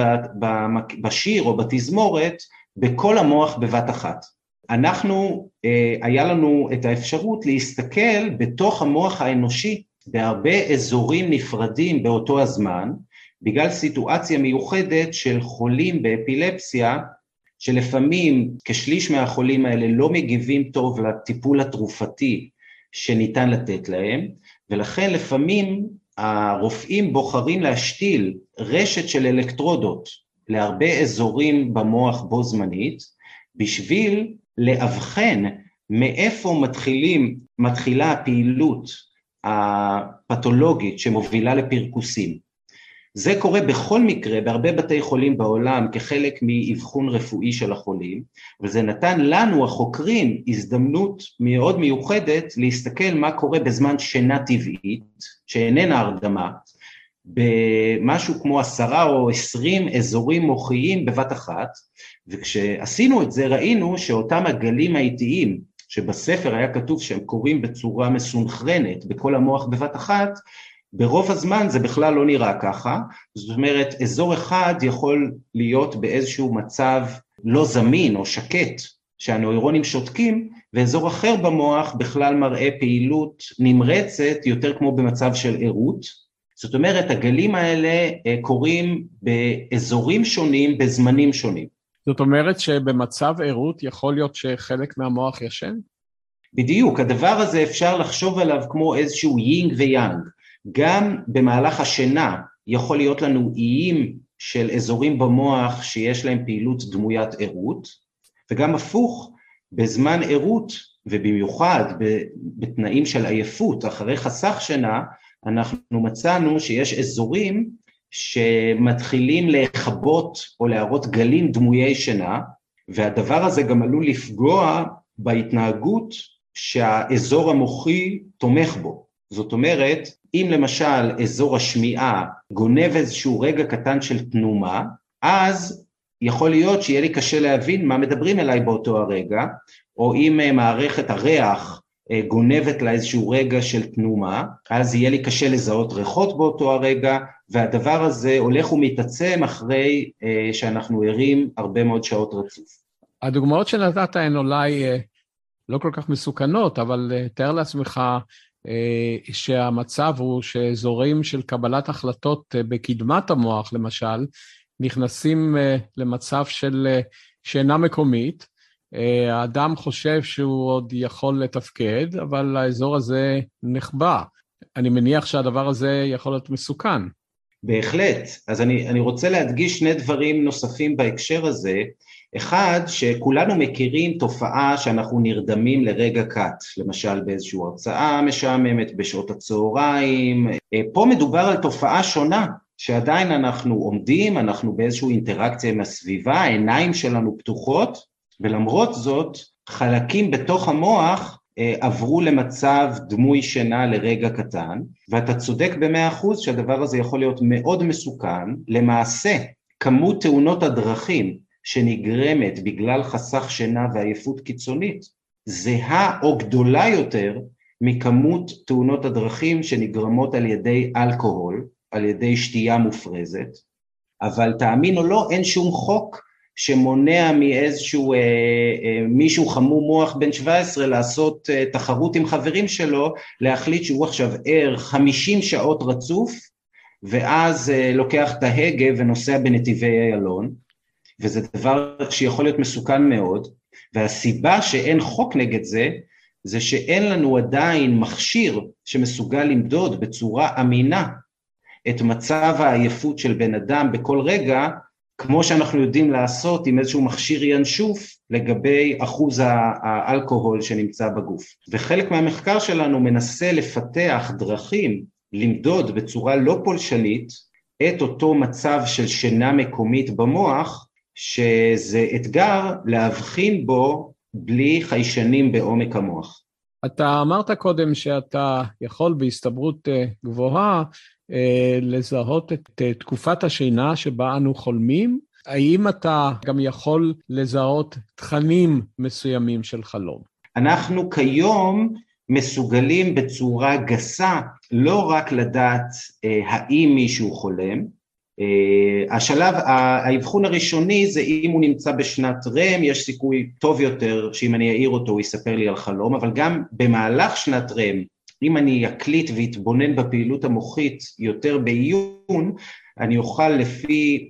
בשיר או בתזמורת בכל המוח בבת אחת. אנחנו, היה לנו את האפשרות להסתכל בתוך המוח האנושי בהרבה אזורים נפרדים באותו הזמן, בגלל סיטואציה מיוחדת של חולים באפילפסיה, שלפעמים כשליש מהחולים האלה לא מגיבים טוב לטיפול התרופתי שניתן לתת להם, ולכן לפעמים הרופאים בוחרים להשתיל רשת של אלקטרודות להרבה אזורים במוח בו זמנית, בשביל להבחן מאיפה מתחילה הפעילות הפתולוגית שמובילה לפרקוסים. זה קורה בכל מקרה, בהרבה בתי חולים בעולם, כחלק מאבחון רפואי של החולים, וזה נתן לנו, החוקרים, הזדמנות מאוד מיוחדת להסתכל מה קורה בזמן שינה טבעית, שאיננה הרדמה, במשהו כמו 10 או 20 אזורים מוחיים בבת אחת, וכשעשינו את זה ראינו שאותם הגלים האיטיים, שבספר היה כתוב שהם קורים בצורה מסונכרנת בכל המוח בבת אחת, ברוב הזמן זה בכלל לא נראה ככה, זאת אומרת, אזור אחד יכול להיות באיזשהו מצב לא זמין או שקט, שהנוירונים שותקים, ואזור אחר במוח בכלל מראה פעילות נמרצת, יותר כמו במצב של עירות. זאת אומרת, הגלים האלה קורים באזורים שונים, בזמנים שונים. זאת אומרת שבמצב עירות יכול להיות שחלק מהמוח ישן? בדיוק, הדבר הזה אפשר לחשוב עליו כמו איזשהו יינג ויאנג. גם במהלך השינה יכול להיות לנו איים של אזורים במוח שיש להם פעילות דמוית עירות, וגם הפוך, בזמן עירות, ובמיוחד בתנאים של עייפות, אחרי חסך שינה, אנחנו מצאנו שיש אזורים שמתחילים לחבות או להראות גלים דמויי שינה, והדבר הזה גם עלול לפגוע בהתנהגות שהאזור המוחי תומך בו. זאת אומרת, אם למשל אזור השמיעה גונב איזשהו רגע קטן של תנומה, אז יכול להיות שיהיה לי קשה להבין מה מדברים אליי באותו הרגע, או אם מערכת הריח גונבת לה איזשהו רגע של תנומה, אז יהיה לי קשה לזהות ריחות באותו הרגע, והדבר הזה הולך ומתעצם אחרי שאנחנו ערים הרבה מאוד שעות רצוף. הדוגמאות שנתת הן אולי לא כל כך מסוכנות, אבל תאר לעצמך שהמצב הוא שאזורים של קבלת החלטות בקדמת המוח, למשל, נכנסים למצב של שינה מקומית, האדם חושב שהוא עוד יכול לתפקד, אבל האזור הזה נחבא. אני מניח שהדבר הזה יכול להיות מסוכן. בהחלט. אז אני רוצה להדגיש שני דברים נוספים בהקשר הזה. אחד, שכולנו מכירים תופעה שאנחנו נרדמים לרגע קט, למשל באיזושהי הרצאה משעממת בשעות הצהריים. פה מדובר על תופעה שונה, שעדיין אנחנו עומדים, אנחנו באיזושהי אינטראקציה עם הסביבה, העיניים שלנו פתוחות, ולמרות זאת, חלקים בתוך המוח עברו למצב דמוי שינה לרגע קטן, ואתה צודק ב100% שהדבר הזה יכול להיות מאוד מסוכן. למעשה, כמות תאונות הדרכים שנגרמת בגלל חסך שינה ועייפות קיצונית, זהה או גדולה יותר מכמות תאונות הדרכים שנגרמות על ידי אלכוהול, על ידי שתייה מופרזת, אבל תאמין או לא, אין שום חוק שמונע מאיזשהו מישהו חמום מוח בן 17 לעשות תחרות עם חברים שלו, להחליט שהוא עכשיו ער 50 שעות רצוף, ואז לוקח את ההגה ונוסע בנתיבי איילון, וזה דבר שיכול להיות מסוכן מאוד, והסיבה שאין חוק נגד זה, זה שאין לנו עדיין מכשיר שמסוגל למדוד בצורה אמינה, את מצב העייפות של בן אדם בכל רגע, כמו שאנחנו יודעים לעשות עם איזשהו מכשיר ינשוף לגבי אחוז האלכוהול שנמצא בגוף. וחלק מהמחקר שלנו מנסה לפתח דרכים למדוד בצורה לא פולשנית את אותו מצב של שינה מקומית במוח, שזה אתגר להבחין בו בלי חיישנים בעומק המוח. אתה אמרת קודם שאתה יכול בהסתברות גבוהה לזהות את תקופת השינה שבה אנו חולמים. האם אתה גם יכול לזהות תכנים מסוימים של חלום? אנחנו כיום מסוגלים בצורה גסה לא רק לדעת האם מישהו חולם, האבחון הראשוני זה אם הוא נמצא בשנת רם, יש סיכוי טוב יותר שאם אני אעיר אותו הוא יספר לי על חלום, אבל גם במהלך שנת רם, אם אני אקליט והתבונן בפעילות המוחית יותר בעיון, אני אוכל לפי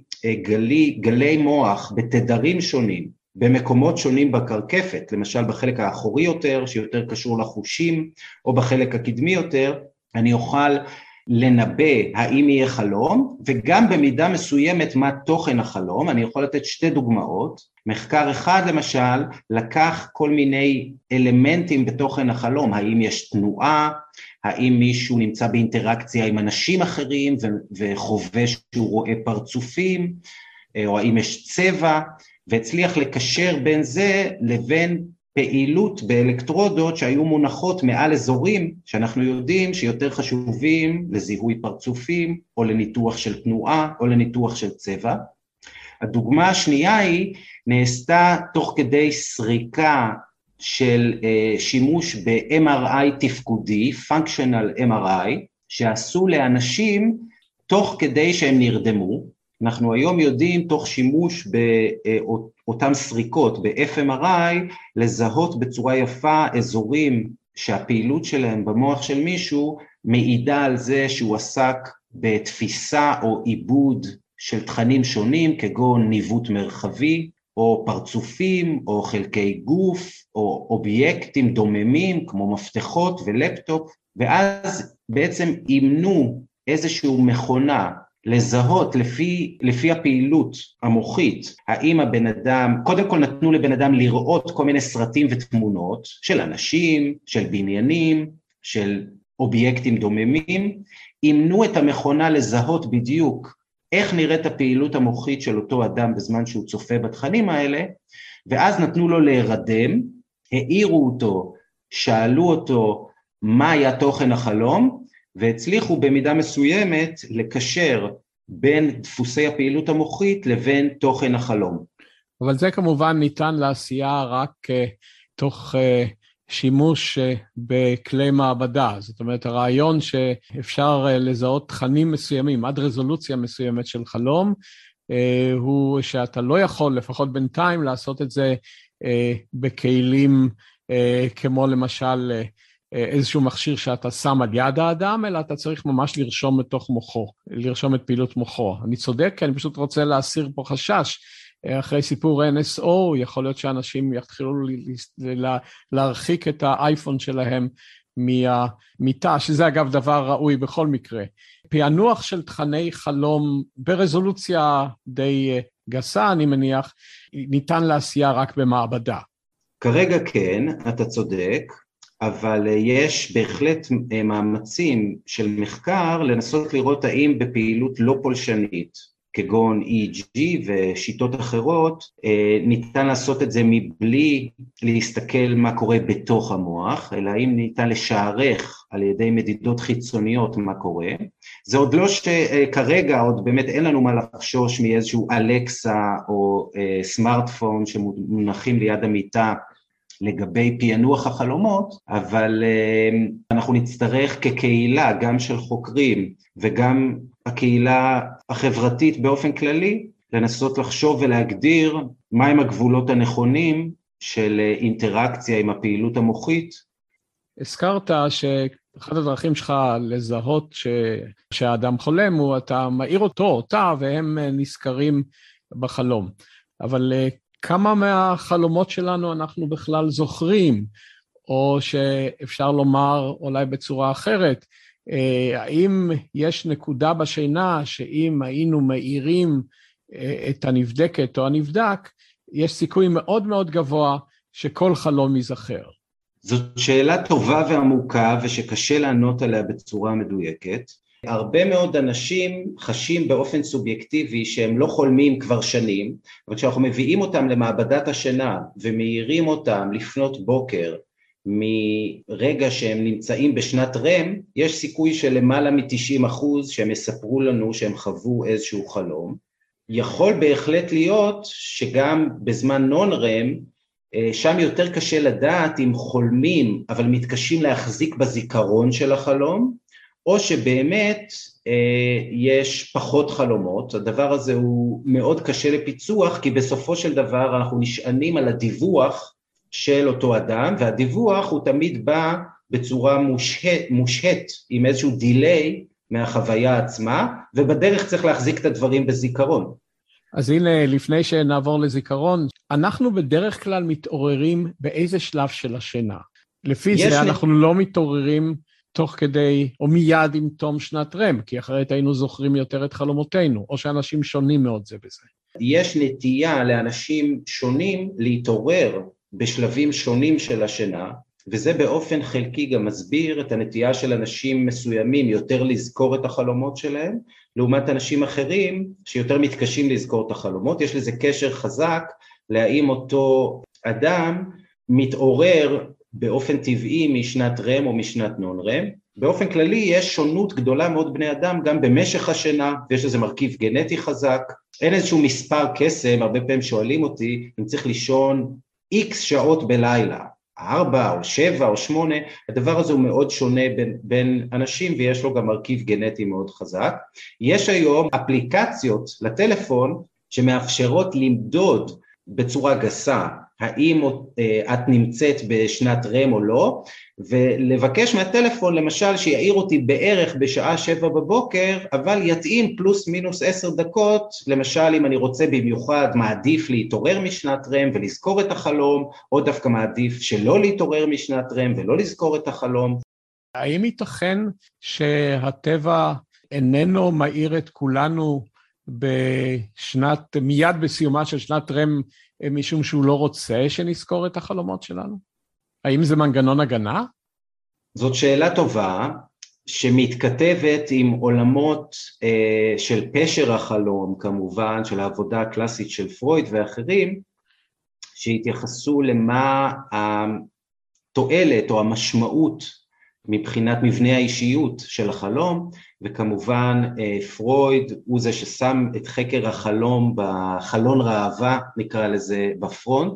גלי מוח בתדרים שונים, במקומות שונים בקרקפת, למשל בחלק האחורי יותר, שיותר קשור לחושים, או בחלק הקדמי יותר, אני אוכל לנבא האם יהיה חלום, וגם במידה מסוימת מה תוכן החלום. אני יכול לתת שתי דוגמאות. מחקר אחד למשל, לקח כל מיני אלמנטים בתוכן החלום, האם יש תנועה, האם מישהו נמצא באינטראקציה עם אנשים אחרים וחווה שהוא רואה פרצופים, או האם יש צבע, והצליח לקשר בין זה לבין פעילות באלקטרודות שהיו מונחות מעל אזורים שאנחנו יודעים שיותר חשובים לזיהוי פרצופים או לניתוח של תנועה או לניתוח של צבע. הדוגמה השנייה היא נעשתה תוך כדי סריקה של שימוש ב-MRI תפקודי, Functional MRI, שעשו לאנשים תוך כדי שהם נרדמו. אנחנו היום יודעים תוך שימוש באותם סריקות ב-FMRI לזהות בצורה יפה אזורים שהפעילות שלהם במוח של מישהו מעידה על זה שהוא עסק בתפיסה או עיבוד של תכנים שונים כגון ניווט מרחבי או פרצופים או חלקי גוף או אובייקטים דוממים כמו מפתחות ולפטופ, ואז בעצם אימנו איזשהו מכונה לזהות לפי הפעילות המוחית, האם הבן אדם, קודם כל נתנו לבן אדם לראות כל מיני סרטים ותמונות של אנשים, של בניינים, של אובייקטים דוממים, אימנו את המכונה לזהות בדיוק איך נראית הפעילות המוחית של אותו אדם בזמן שהוא צופה בתכנים האלה, ואז נתנו לו להירדם, העירו אותו, שאלו אותו מה היה תוכן החלום, והצליחו במידה מסוימת לקשר בין דפוסי הפעילות המוחית לבין תוכן החלום. אבל זה כמובן ניתן לעשייה רק תוך שימוש בכלי מעבדה. זאת אומרת, הרעיון שאפשר לזהות תכנים מסוימים עד רזולוציה מסוימת של חלום, הוא שאתה לא יכול, לפחות בינתיים, לעשות את זה בכלים כמו למשל איזשהו מכשיר שאתה שם על יד האדם, אלא אתה צריך ממש לרשום מתוך מוחו, לרשום את פעילות מוחו. אני צודק, כי אני פשוט רוצה להסיר פה חשש. אחרי סיפור NSO, יכול להיות שאנשים יתחילו להרחיק את האייפון שלהם מהמיטה, שזה אגב דבר ראוי בכל מקרה. פענוח של תכני חלום ברזולוציה די גסה, אני מניח, ניתן לעשייה רק במעבדה. כרגע כן, אתה צודק, אבל יש בהחלט מאמצים של מחקר לנסות לראות האם בפעילות לא פולשנית, כגון EEG ושיטות אחרות, ניתן לעשות את זה מבלי להסתכל מה קורה בתוך המוח, אלא אם ניתן לשערך על ידי מדידות חיצוניות מה קורה. זה עוד לא שכרגע עוד באמת אין לנו מה לחשוש מאיזשהו אלקסה או סמארטפון שמונחים ליד המיטה לגבי פענוח החלומות, אבל אנחנו נצטרך כקהילה, גם של חוקרים וגם הקהילה החברתית באופן כללי, לנסות לחשוב ולהגדיר מהם הגבולות הנכונים של אינטראקציה עם הפעילות המוחית. הזכרת שאחת הדרכים שלך לזהות שהאדם חולם הוא אתה מאיר אותו, אותה, והם נזכרים בחלום. אבל כמה מהחלומות שלנו אנחנו בכלל זוכרים, או שאפשר לומר אולי בצורה אחרת, האם יש נקודה בשינה שאם היינו מאירים את הנבדקת או הנבדק, יש סיכוי מאוד מאוד גבוה שכל חלום ייזכר? זאת שאלה טובה ועמוקה ושקשה לענות עליה בצורה מדויקת. הרבה מאוד אנשים חשים באופן סובייקטיבי שהם לא חולמים כבר שנים, אבל כשאנחנו מביאים אותם למעבדת השינה ומאירים אותם לפנות בוקר מרגע שהם נמצאים בשנת רם, יש סיכוי של למעלה מ-90% שהם יספרו לנו שהם חוו איזשהו חלום. יכול בהחלט להיות שגם בזמן נון רם, שם יותר קשה לדעת אם חולמים אבל מתקשים להחזיק בזיכרון של החלום, או שבאמת יש פחות חלומות. הדבר הזה הוא מאוד קשה לפיצוח, כי בסופו של דבר אנחנו נשענים על הדיווח של אותו אדם, והדיווח הוא תמיד בא בצורה מושהת, עם איזשהו דיליי מהחוויה עצמה, ובדרך צריך להחזיק את הדברים בזיכרון. אז הנה, לפני שנעבור לזיכרון, אנחנו בדרך כלל מתעוררים באיזה שלב של השינה. לפי זה אנחנו לא מתעוררים תוך כדי, או מיד עם תום שנת רם, כי אחרת היינו זוכרים יותר את חלומותינו, או שאנשים שונים מאוד זה בזה. יש נטייה לאנשים שונים להתעורר בשלבים שונים של השינה, וזה באופן חלקי גם מסביר את הנטייה של אנשים מסוימים יותר לזכור את החלומות שלהם, לעומת אנשים אחרים שיותר מתקשים לזכור את החלומות. יש לזה קשר חזק להאם אותו אדם מתעורר באופן טבעי משנת רם או משנת נון רם. באופן כללי יש שונות גדולה מאוד בני אדם גם במשך השינה, ויש לזה מרכיב גנטי חזק. אין איזשהו מספר קסם, הרבה פעמים שואלים אותי אם צריך לישון X שעות בלילה, 4 או 7 או 8, הדבר הזה הוא מאוד שונה בין אנשים ויש לו גם מרכיב גנטי מאוד חזק. יש היום אפליקציות לטלפון שמאפשרות למדוד בצורה גסה האם את נמצאת בשנת רם או לא, ולבקש מהטלפון למשל שיעיר אותי בערך בשעה 7 בבוקר, אבל יתאים פלוס מינוס 10 דקות, למשל אם אני רוצה במיוחד מעדיף להתעורר משנת רם ולזכור את החלום, או דווקא מעדיף שלא להתעורר משנת רם ולא לזכור את החלום. האם ייתכן שהטבע איננו מאיר את כולנו מיד בסיומה של שנת רם, משום שהוא לא רוצה שנזכור את החלומות שלנו? האם זה מנגנון הגנה? זאת שאלה טובה, שמתכתבת עם עולמות של פשר החלום, כמובן, של העבודה הקלאסית של פרויד ואחרים, שהתייחסו למה התועלת או המשמעות מבחינת מבנה האישיות של החלום, וכמובן פרויד הוא זה ששם את חקר החלום בחלון ראווה, נקרא לזה, בפרונט,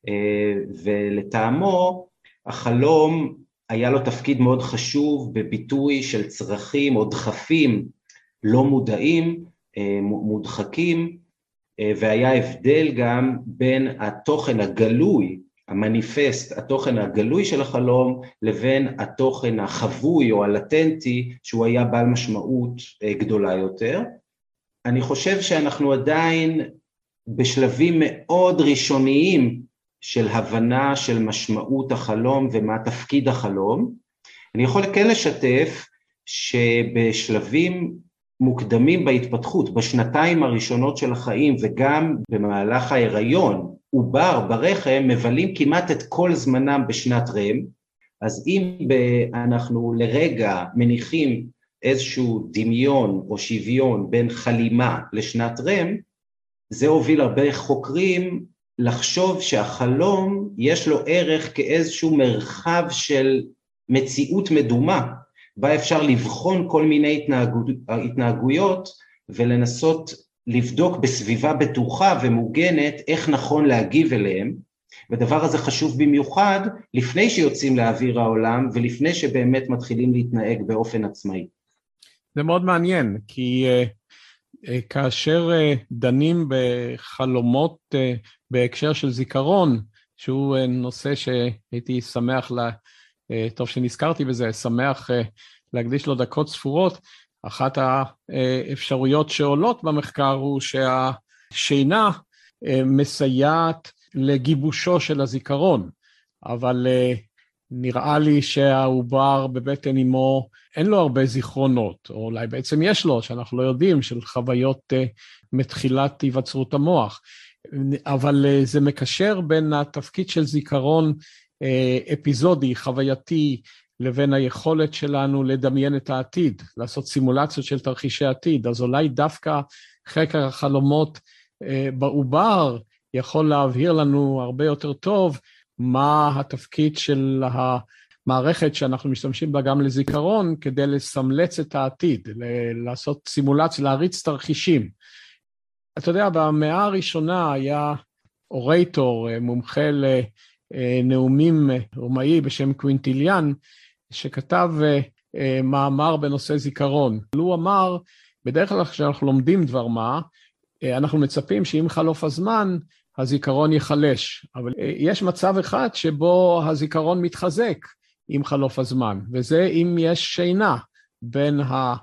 ולטעמו החלום היה לו תפקיד מאוד חשוב בביטוי של צרכים או דחפים לא מודעים, מודחקים, והיה הבדל גם בין התוכן הגלוי, המניפסט, התוכן הגלוי של החלום, לבין התוכן החבוי או הלטנטי, שהוא היה בעל משמעות גדולה יותר. אני חושב שאנחנו עדיין בשלבים מאוד ראשוניים של הבנה של משמעות החלום ומה תפקיד החלום. אני יכול כן לשתף שבשלבים מוקדמים בהתפתחות, בשנתיים הראשונות של החיים וגם במהלך ההיריון, עובר ברחם מבלים כמעט את כל זמנם בשנת רם, אז אם אנחנו לרגע מניחים איזשהו דמיון או שוויון בין חלימה לשנת רם, זה הוביל הרבה חוקרים לחשוב שהחלום יש לו ערך כאיזשהו מרחב של מציאות מדומה, בה אפשר לבחון כל מיני התנהגויות ולנסות לבדוק בסביבה בטוחה ומוגנת איך נכון להגיב אליהם, ודבר הזה חשוב במיוחד לפני שיוצאים לאוויר העולם ולפני שבאמת מתחילים להתנהג באופן עצמאי. זה מאוד מעניין, כי כאשר דנים בחלומות בהקשר של זיכרון, שהוא נושא שהייתי שמח, טוב שנזכרתי בזה, שמח להקדיש לו דקות ספורות, אחת האפשרויות שעולות במחקר הוא שהשינה מסייעת לגיבושו של הזיכרון, אבל נראה לי שהעובר בבטן אמו אין לו הרבה זיכרונות, או אולי בעצם יש לו, שאנחנו לא יודעים, של חוויות מתחילת היווצרות המוח, אבל זה מקשר בין התפקיד של זיכרון אפיזודי, חווייתי, לבין היכולת שלנו לדמיין את העתיד, לעשות סימולציות של תרחישי עתיד, אז אולי דווקא חקר החלומות בעובר יכול להבהיר לנו הרבה יותר טוב מה התפקיד של המערכת שאנחנו משתמשים בה גם לזיכרון, כדי לסמלץ את העתיד, לעשות סימולציה, להריץ תרחישים. אתה יודע, במאה הראשונה היה אורייטור, מומחה לנאומים רומאי בשם קווינטיליאן, שכתב מאמר בנושא זיכרון. הוא אמר, בדרך כלל כשאנחנו לומדים דבר מה, אנחנו מצפים שעם חלוף הזמן, הזיכרון ייחלש. אבל יש מצב אחד שבו הזיכרון מתחזק עם חלוף הזמן, וזה אם יש שינה בין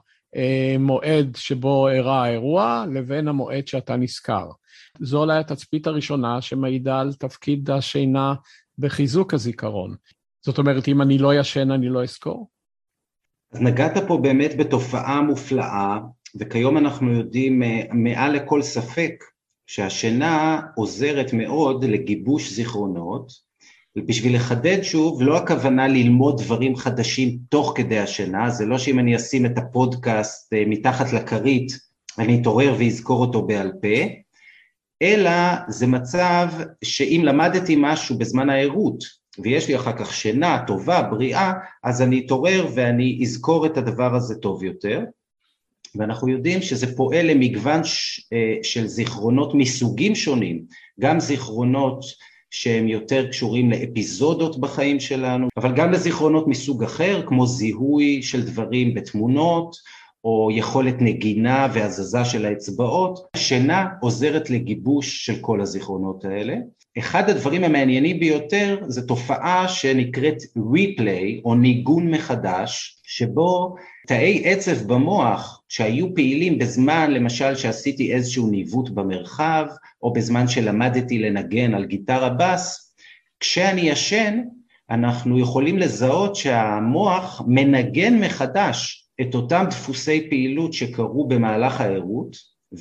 המועד שבו אירע האירוע, לבין המועד שאתה נזכר. זו אולי התצפית הראשונה שמעידה על תפקיד השינה בחיזוק הזיכרון. זאת אומרת, אם אני לא ישן, אני לא אזכור? אז נגעת פה באמת בתופעה מופלאה, וכיום אנחנו יודעים מעל לכל ספק שהשינה עוזרת מאוד לגיבוש זיכרונות. בשביל לחדד שוב, לא הכוונה ללמוד דברים חדשים תוך כדי השינה, זה לא שאם אני אשים את הפודקאסט מתחת לכרית, אני אתעורר ואזכור אותו בעל פה, אלא זה מצב שאם למדתי משהו בזמן הערות, ויש לי אחר כך שינה טובה, בריאה, אז אני אתעורר ואני אזכור את הדבר הזה טוב יותר, ואנחנו יודעים שזה פועל למגוון של זיכרונות מסוגים שונים, גם זיכרונות שהם יותר קשורים לאפיזודות בחיים שלנו, אבל גם לזיכרונות מסוג אחר, כמו זיהוי של דברים בתמונות, או יכולת נגינה והזזה של האצבעות. השינה עוזרת לגיבוש של כל הזיכרונות האלה. אחד הדברים המעניינים ביותר זה תופעה שנקראת replay או ניגון מחדש, שבו תאי עצב במוח שהיו פעילים בזמן למשל שעשיתי איזשהו ניווט במרחב, או בזמן שלמדתי לנגן על גיטרה בס, כשאני ישן אנחנו יכולים לזהות שהמוח מנגן מחדש את אותם דפוסי פעילות שקרו במהלך הערות,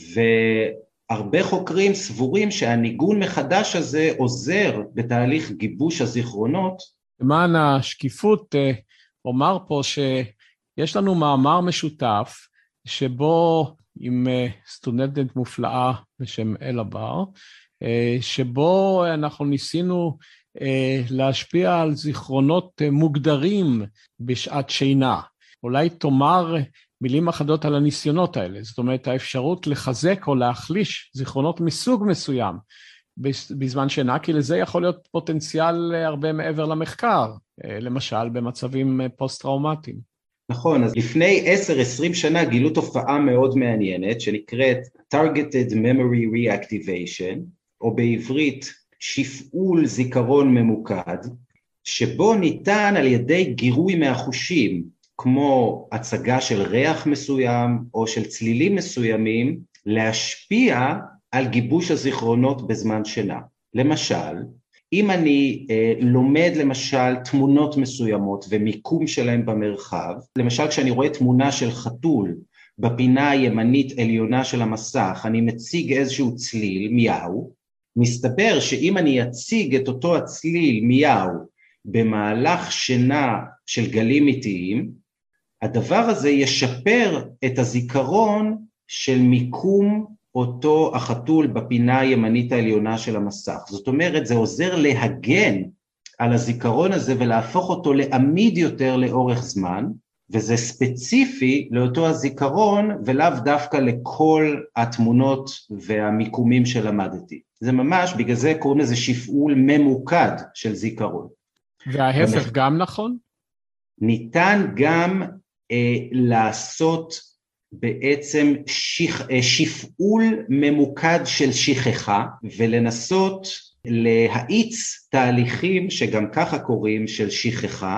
והרבה חוקרים סבורים שהניגון מחדש הזה עוזר בתהליך גיבוש הזיכרונות. למען השקיפות אומר פה שיש לנו מאמר משותף, שבו עם סטודנטית מופלאה בשם אלה בר, שבו אנחנו ניסינו להשפיע על זיכרונות מוגדרים בשעת שינה. אולי תאמר מילים אחדות על הניסיונות האלה, זאת אומרת האפשרות לחזק או להחליש זיכרונות מסוג מסוים בזמן שינה, כי לזה יכול להיות פוטנציאל הרבה מעבר למחקר, למשל במצבים פוסט-טראומטיים. נכון, אז לפני 10-20 שנה גילו תופעה מאוד מעניינת שנקראת Targeted Memory Reactivation, או בעברית שפעול זיכרון ממוקד, שבו ניתן על ידי גירוי מהחושים, כמו הצגה של ריח מסוים או של צלילים מסוימים, להשפיע על גיבוש הזיכרונות בזמן שינה. למשל, אם אני לומד למשל תמונות מסוימות ומיקום שלהם במרחב, למשל כשאני רואה תמונה של חתול בפינה הימנית עליונה של המסך, אני מציג איזשהו צליל, מיהו, מסתבר שאם אני אציג את אותו הצליל מיהו במהלך שינה של גלים איטיים, הדבר הזה ישפר את הזיכרון של מיקום אותו החתול בפינה הימנית העליונה של המסך. זאת אומרת, זה עוזר להגן על הזיכרון הזה ולהפוך אותו לעמיד יותר לאורך זמן, וזה ספציפי לאותו הזיכרון ולאו דווקא לכל התמונות והמיקומים שלמדתי. זה ממש, בגלל זה קוראים לזה שפעול ממוקד של זיכרון. וההפך גם נכון? ניתן גם לעשות בעצם שפעול ממוקד של שכחה, ולנסות להאיץ תהליכים שגם ככה קוראים של שכחה.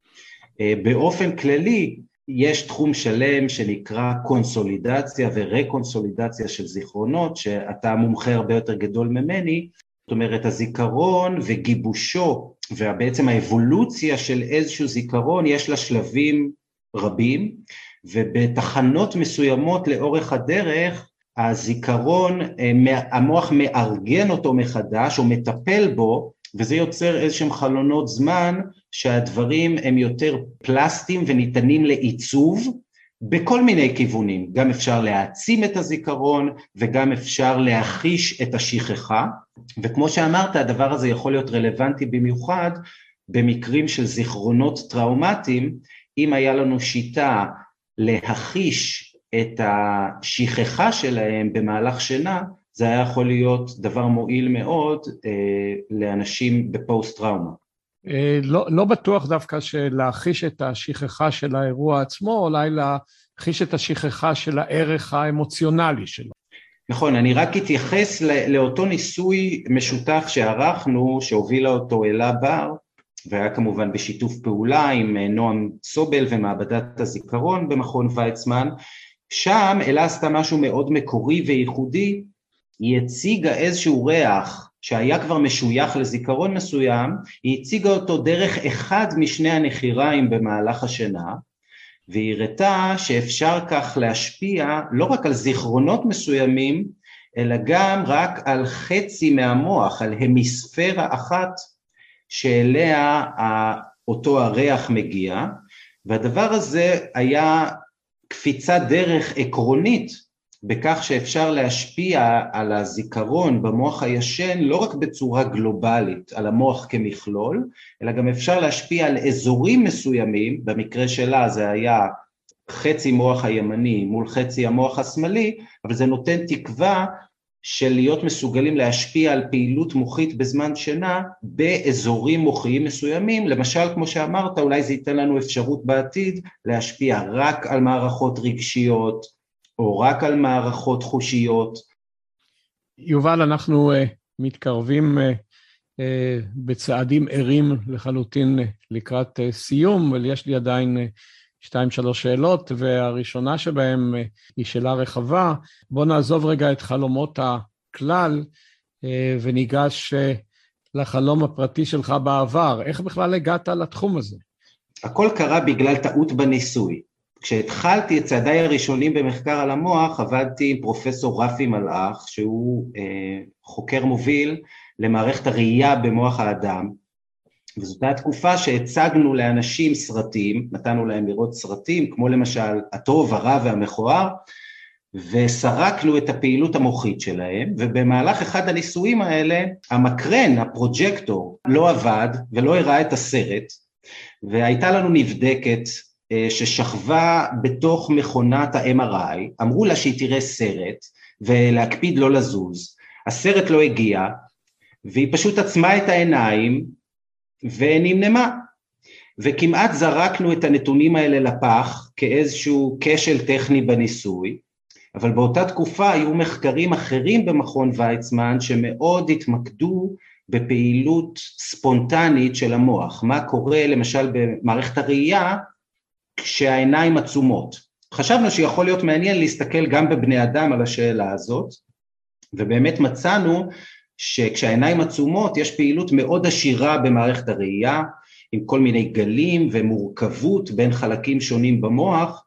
באופן כללי יש תחום שלם שנקרא קונסולידציה ורקונסולידציה של זיכרונות, שאתה מומחה הרבה יותר גדול ממני, זאת אומרת הזיכרון וגיבושו, ובעצם האבולוציה של איזשהו זיכרון יש לה שלבים רבים, ובתחנות מסוימות לאורך הדרך, הזיכרון, המוח מארגן אותו מחדש, או מטפל בו, וזה יוצר איזשהם חלונות זמן, שהדברים הם יותר פלסטיים וניתנים לעיצוב, בכל מיני כיוונים, גם אפשר להעצים את הזיכרון, וגם אפשר להחיש את השכחה, וכמו שאמרת, הדבר הזה יכול להיות רלוונטי במיוחד, במקרים של זיכרונות טראומטיים, אם היה לנו שיטה להחיש את השכחה שלהם במהלך שינה, זה היה יכול להיות דבר מועיל מאוד לאנשים בפוסט טראומה. לא בטוח דווקא שלהחיש את השכחה של האירוע עצמו, אולי להחיש את השכחה של הערך האמוציונלי שלו. נכון, אני רק אתייחס לאותו ניסוי משותף שערכנו, שהובילה אותו אלה בר, והיה כמובן בשיתוף פעולה עם נועם סובל ומעבדת הזיכרון במכון ויצמן. שם אלה עשתה משהו מאוד מקורי וייחודי, היא הציגה איזשהו ריח שהיה כבר משוייך לזיכרון מסוים, היא הציגה אותו דרך אחד משני הנחיריים במהלך השינה, והיא הראתה שאפשר כך להשפיע לא רק על זיכרונות מסוימים, אלא גם רק על חצי מהמוח, על המיספירה אחת שאליה אותו הריח מגיע, והדבר הזה היה קפיצת דרך עקרונית, בכך שאפשר להשפיע על הזיכרון במוח הישן, לא רק בצורה גלובלית, על המוח כמכלול, אלא גם אפשר להשפיע על אזורים מסוימים, במקרה שלה זה היה חצי מוח הימני מול חצי המוח השמאלי, אבל זה נותן תקווה של להיות מסוגלים להשפיע על פעילות מוחית בזמן שינה, באזורים מוחיים מסוימים, למשל כמו שאמרת, אולי זה ייתן לנו אפשרות בעתיד, להשפיע רק על מערכות רגשיות, או רק על מערכות חושיות. יובל, אנחנו מתקרבים בצעדים ערים לחלוטין לקראת סיום, אבל יש לי עדיין 2-3 שאלות, והראשונה שבהם היא שאלה רחבה. בוא נעזוב רגע את חלומות הכלל, וניגש לחלום הפרטי שלך בעבר. איך בכלל הגעת לתחום הזה? הכל קרה בגלל טעות בניסוי. כשהתחלתי את צעדיי הראשונים במחקר על המוח, עבדתי עם פרופסור רפי מלאך, שהוא חוקר מוביל למערכת הראייה במוח האדם, וזאת הייתה תקופה שהצגנו לאנשים סרטים, נתנו להם לראות סרטים, כמו למשל הטוב, הרע והמכוער, וסרקנו את הפעילות המוחית שלהם, ובמהלך אחד הניסויים האלה, המקרן, הפרוג'קטור, לא עבד ולא הראה את הסרט, והייתה לנו נבדקת ששכבה בתוך מכונת ה-MRI, אמרו לה שהיא תראה סרט, ולהקפיד לא לזוז, הסרט לא הגיע, והיא פשוט עצמה את העיניים, ונמנמה, וכמעט זרקנו את הנתונים האלה לפח, כאיזשהו כשל טכני בניסוי, אבל באותה תקופה היו מחקרים אחרים במכון ויצמן, שמאוד התמקדו בפעילות ספונטנית של המוח, מה קורה למשל במערכת הראייה, כשהעיניים עצומות. חשבנו שיכול להיות מעניין להסתכל גם בבני אדם על השאלה הזאת, ובאמת מצאנו שכשהעיניים עצומות יש פעילות מאוד עשירה במערכת הראייה, עם כל מיני גלים ומורכבות בין חלקים שונים במוח,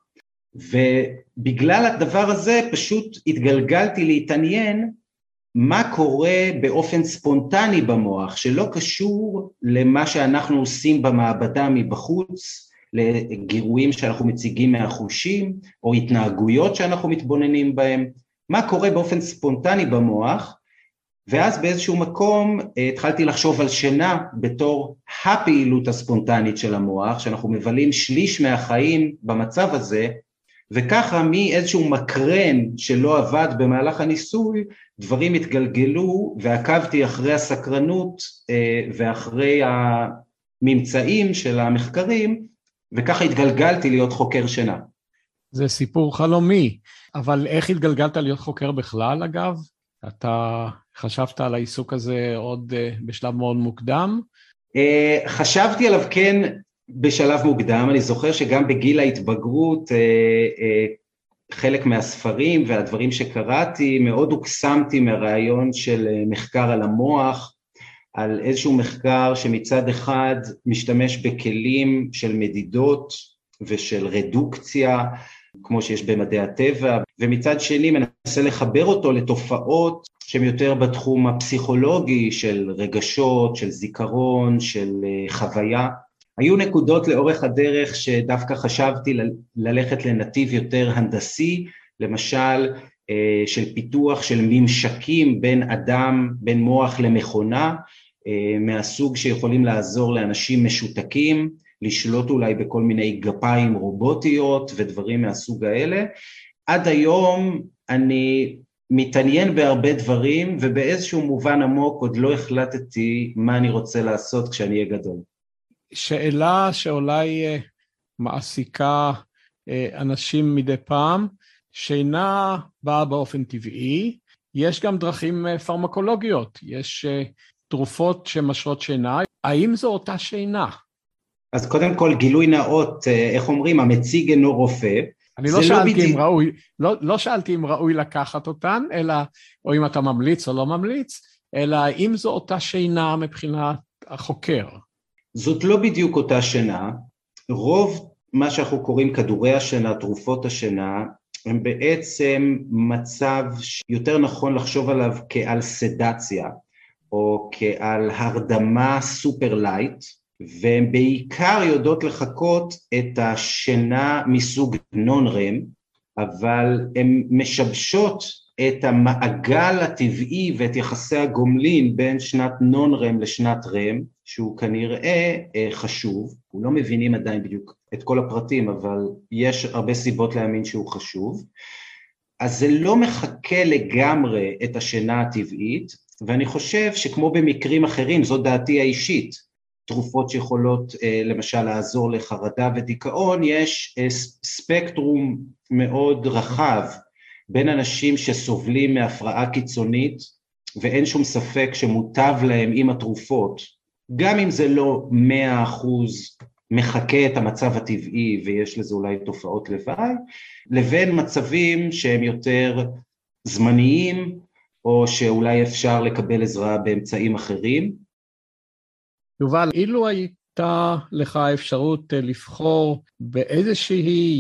ובגלל הדבר הזה פשוט התגלגלתי להתעניין מה קורה באופן ספונטני במוח, שלא קשור למה שאנחנו עושים במעבדה מבחוץ, לגירויים שאנחנו מציגים מהחושים, או התנהגויות שאנחנו מתבוננים בהם, מה קורה באופן ספונטני במוח, ואז באיזשהו מקום התחלתי לחשוב על שינה בתור הפעילות הספונטנית של המוח, שאנחנו מבלים שליש מהחיים במצב הזה, וככה מאיזשהו מקרן שלא עבד במהלך הניסוי, דברים התגלגלו ועקבתי אחרי הסקרנות ואחרי הממצאים של המחקרים, וככה התגלגלתי להיות חוקר שינה. זה סיפור חלומי, אבל איך התגלגלת להיות חוקר בכלל אגב? אתה חשבת על העיסוק הזה עוד בשלב מאוד מוקדם? חשבתי עליו כן בשלב מוקדם, אני זוכר שגם בגיל ההתבגרות, חלק מהספרים והדברים שקראתי, מאוד הוקסמתי מהרעיון של מחקר על המוח, על איזשהו מחקר שמצד אחד משתמש בכלים של מדידות ושל רדוקציה, כמו שיש במדעי הטבע, ומצד שני מנסה לחבר אותו לתופעות שהן יותר בתחום הפסיכולוגי של רגשות, של זיכרון, של חוויה. היו נקודות לאורך הדרך שדווקא חשבתי ללכת לנתיב יותר הנדסי, למשל של פיתוח של ממשקים בין אדם, בין מוח למכונה, מהסוג שיכולים לעזור לאנשים משותקים, לשלוט אולי בכל מיני גפיים רובוטיות ודברים מהסוג האלה. עד היום אני מתעניין בהרבה דברים, ובאיזשהו מובן עמוק עוד לא החלטתי מה אני רוצה לעשות כשאני אהיה גדול. שאלה שאולי מעסיקה אנשים מדי פעם, שינה באה באופן טבעי, יש גם דרכים פרמקולוגיות, יש תרופות שמשרות שינה, האם זו אותה שינה? אז קודם כל גילוי נאות, איך אומרים, המציג אינו רופא. אני לא שאלתי אם ראוי לקחת אותן, אלא, או אם אתה ממליץ או לא ממליץ, אלא האם זו אותה שינה מבחינת החוקר. זאת לא בדיוק אותה שינה, רוב מה שאנחנו קוראים כדורי השינה, תרופות השינה, הם בעצם מצב שיותר נכון לחשוב עליו כעל סדציה, או כעל הרדמה סופר לייט, והן בעיקר יודעות לחכות את השינה מסוג נון-רם, אבל הן משבשות את המעגל הטבעי ואת יחסי הגומלין בין שנת נון-רם לשנת רם, שהוא כנראה חשוב, הוא לא מבינים עדיין בדיוק את כל הפרטים, אבל יש הרבה סיבות להאמין שהוא חשוב, אז זה לא מחכה לגמרי את השינה הטבעית, ואני חושב שכמו במקרים אחרים, זו דעתי האישית, תרופות שיכולות למשל לעזור לחרדה ודיכאון, יש ספקטרום מאוד רחב בין אנשים שסובלים מהפרעה קיצונית, ואין שום ספק שמוטב להם עם התרופות, גם אם זה לא 100% מחכה את המצב הטבעי ויש לזה אולי תופעות לוואי, לבין מצבים שהם יותר זמניים, או שאולי אפשר לקבל עזרה באמצעים אחרים. יובל, אילו הייתה לך אפשרות לבחור באיזושהי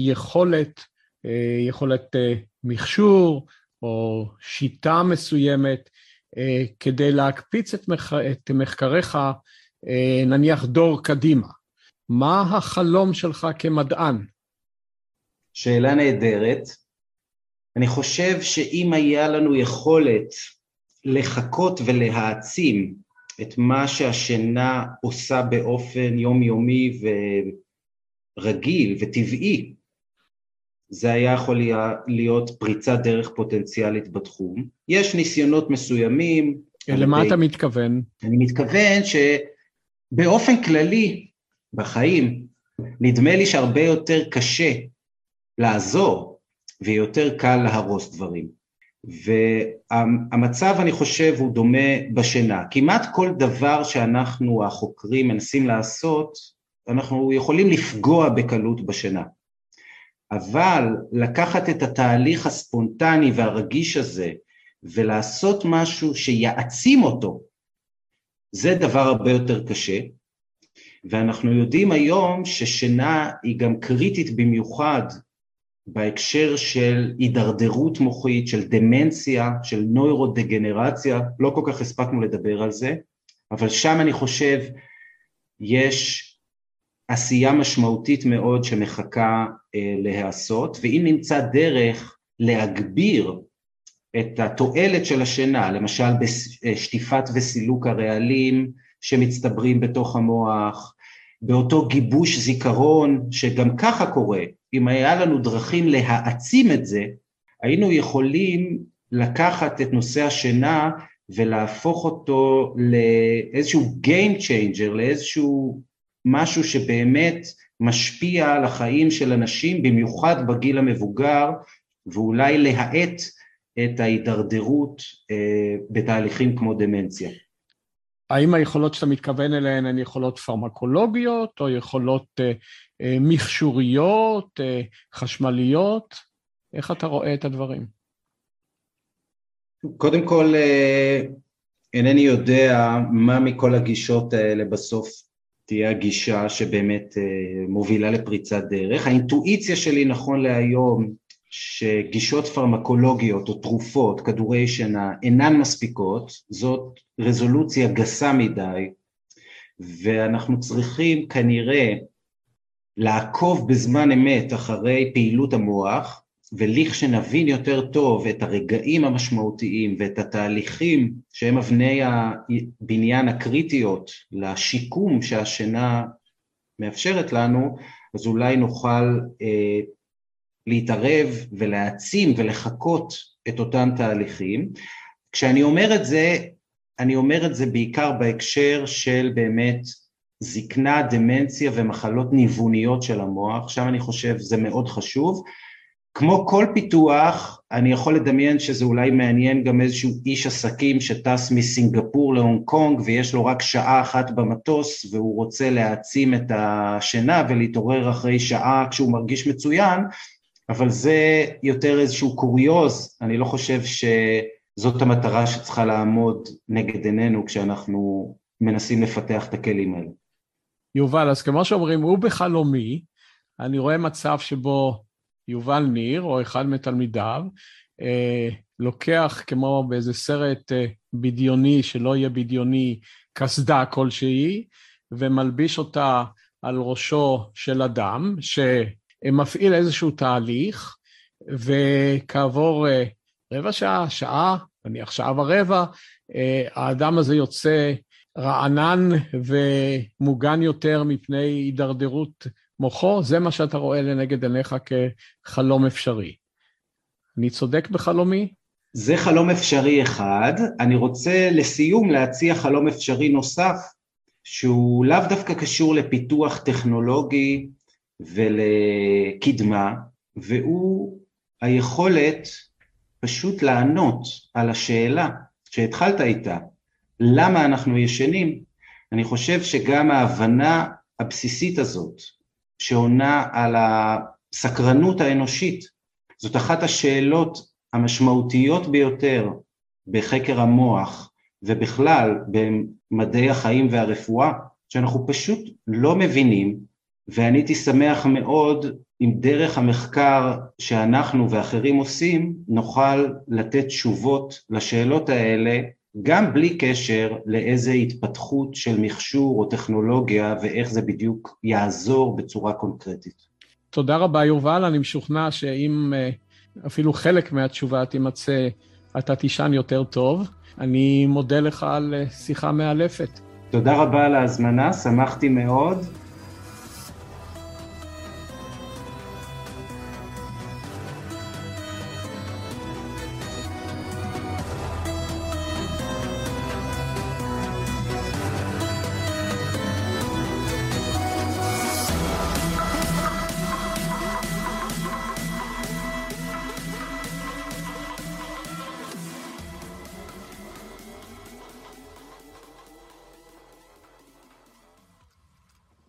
יכולת מכשור או שיטה מסוימת כדי להקפיץ את מחקריך נניח דור קדימה, מה החלום שלך כמדען? שאלה נהדרת. אני חושב שאם היה לנו יכולת לחכות ולהעצים את מה שהשינה עושה באופן יומיומי ורגיל וטבעי, זה היה יכול להיות פריצת דרך פוטנציאלית בתחום. יש ניסיונות מסוימים. למה אתה מתכוון? אני מתכוון שבאופן כללי בחיים, נדמה לי שהרבה יותר קשה לעזור, ויותר קל להרוס דברים. והמצב אני חושב הוא דומה בשינה. כמעט כל דבר שאנחנו החוקרים מנסים לעשות, אנחנו יכולים לפגוע בקלות בשינה. אבל לקחת את התהליך הספונטני והרגיש הזה, ולעשות משהו שיעצים אותו, זה דבר הרבה יותר קשה. ואנחנו יודעים היום ששינה היא גם קריטית במיוחד, בהקשר של הידרדרות מוחית, של דמנציה, של נוירודגנרציה, לא כל כך הספקנו לדבר על זה, אבל שם אני חושב יש עשייה משמעותית מאוד שמחכה להיעשות, ואם נמצא דרך להגביר את התועלת של השינה, למשל בשטיפת וסילוק הרעלים שמצטברים בתוך המוח, באותו גיבוש זיכרון שגם ככה קורה, אם היה לנו דרכים להעצים את זה, היינו יכולים לקחת את נושא השינה ולהפוך אותו לאיזשהו game changer, לאיזשהו משהו שבאמת משפיע על החיים של אנשים, במיוחד בגיל המבוגר, ואולי להאט את ההידרדרות בתהליכים כמו דמנציה. האם היכולות שאתה מתכוון אליהן הן יכולות פרמקולוגיות, או יכולות מכשוריות, חשמליות? איך אתה רואה את הדברים? קודם כל, אינני יודע מה מכל הגישות האלה בסוף תהיה הגישה שבאמת מובילה לפריצת דרך. האינטואיציה שלי נכון להיום, שגישות פרמקולוגיות או תרופות, כדורי שינה, אינן מספיקות, זאת רזולוציה גסה מדי, ואנחנו צריכים כנראה לעקוב בזמן אמת אחרי פעילות המוח, ולכשנבין יותר טוב את הרגעים המשמעותיים ואת התהליכים שהם אבני הבניין הקריטיות לשיקום שהשינה מאפשרת לנו, אז אולי נוכל להתערב ולהעצים ולחכות את אותם תהליכים. כשאני אומר את זה, אני אומר את זה בעיקר בהקשר של באמת זקנה, דמנציה ומחלות ניווניות של המוח, שם אני חושב זה מאוד חשוב. כמו כל פיתוח, אני יכול לדמיין שזה אולי מעניין גם איזשהו איש עסקים שטס מסינגפור להונג קונג, ויש לו רק שעה אחת במטוס, והוא רוצה להעצים את השינה ולהתעורר אחרי שעה כשהוא מרגיש מצוין, אבל זה יותר איזשהו קוריוז, אני לא חושב שזאת המטרה שצריכה לעמוד נגד עינינו כשאנחנו מנסים לפתח את הכלים האלה. יובל, אז כמו שאומרים, הוא בחלומי, אני רואה מצב שבו יובל ניר, או אחד מתלמידיו, לוקח כמו באיזה סרט בדיוני, שלא יהיה בדיוני, כסדה כלשהי, ומלביש אותה על ראשו של אדם, שמפעיל איזשהו תהליך, וכעבור רבע שעה, שעה, נניח שעה ורבע, האדם הזה יוצא רענן ומוגן יותר מפני הידרדרות מוחו. זה מה שאתה רואה לנגד עיניך כחלום אפשרי. אני צודק בחלומי? זה חלום אפשרי אחד. אני רוצה לסיום להציע חלום אפשרי נוסף, שהוא לאו דווקא קשור לפיתוח טכנולוגי ולקדמה, והוא היכולת פשוט לענות על השאלה שהתחלת איתה, למה אנחנו ישנים? אני חושב שגם ההבנה הבסיסית הזאת, שעונה על הסקרנות האנושית, זאת אחת השאלות המשמעותיות ביותר בחקר המוח, ובכלל במדעי החיים והרפואה, שאנחנו פשוט לא מבינים, ואני הייתי שמח מאוד אם דרך המחקר שאנחנו ואחרים עושים, נוכל לתת תשובות לשאלות האלה, גם בלי קשר לאיזה התפתחות של מכשור או טכנולוגיה, ואיך זה בדיוק יעזור בצורה קונקרטית. תודה רבה יובל, אני משוכנע שאם אפילו חלק מהתשובה תימצא, אתה תישן יותר טוב. אני מודה לך על שיחה מאלפת. תודה רבה על ההזמנה, שמחתי מאוד.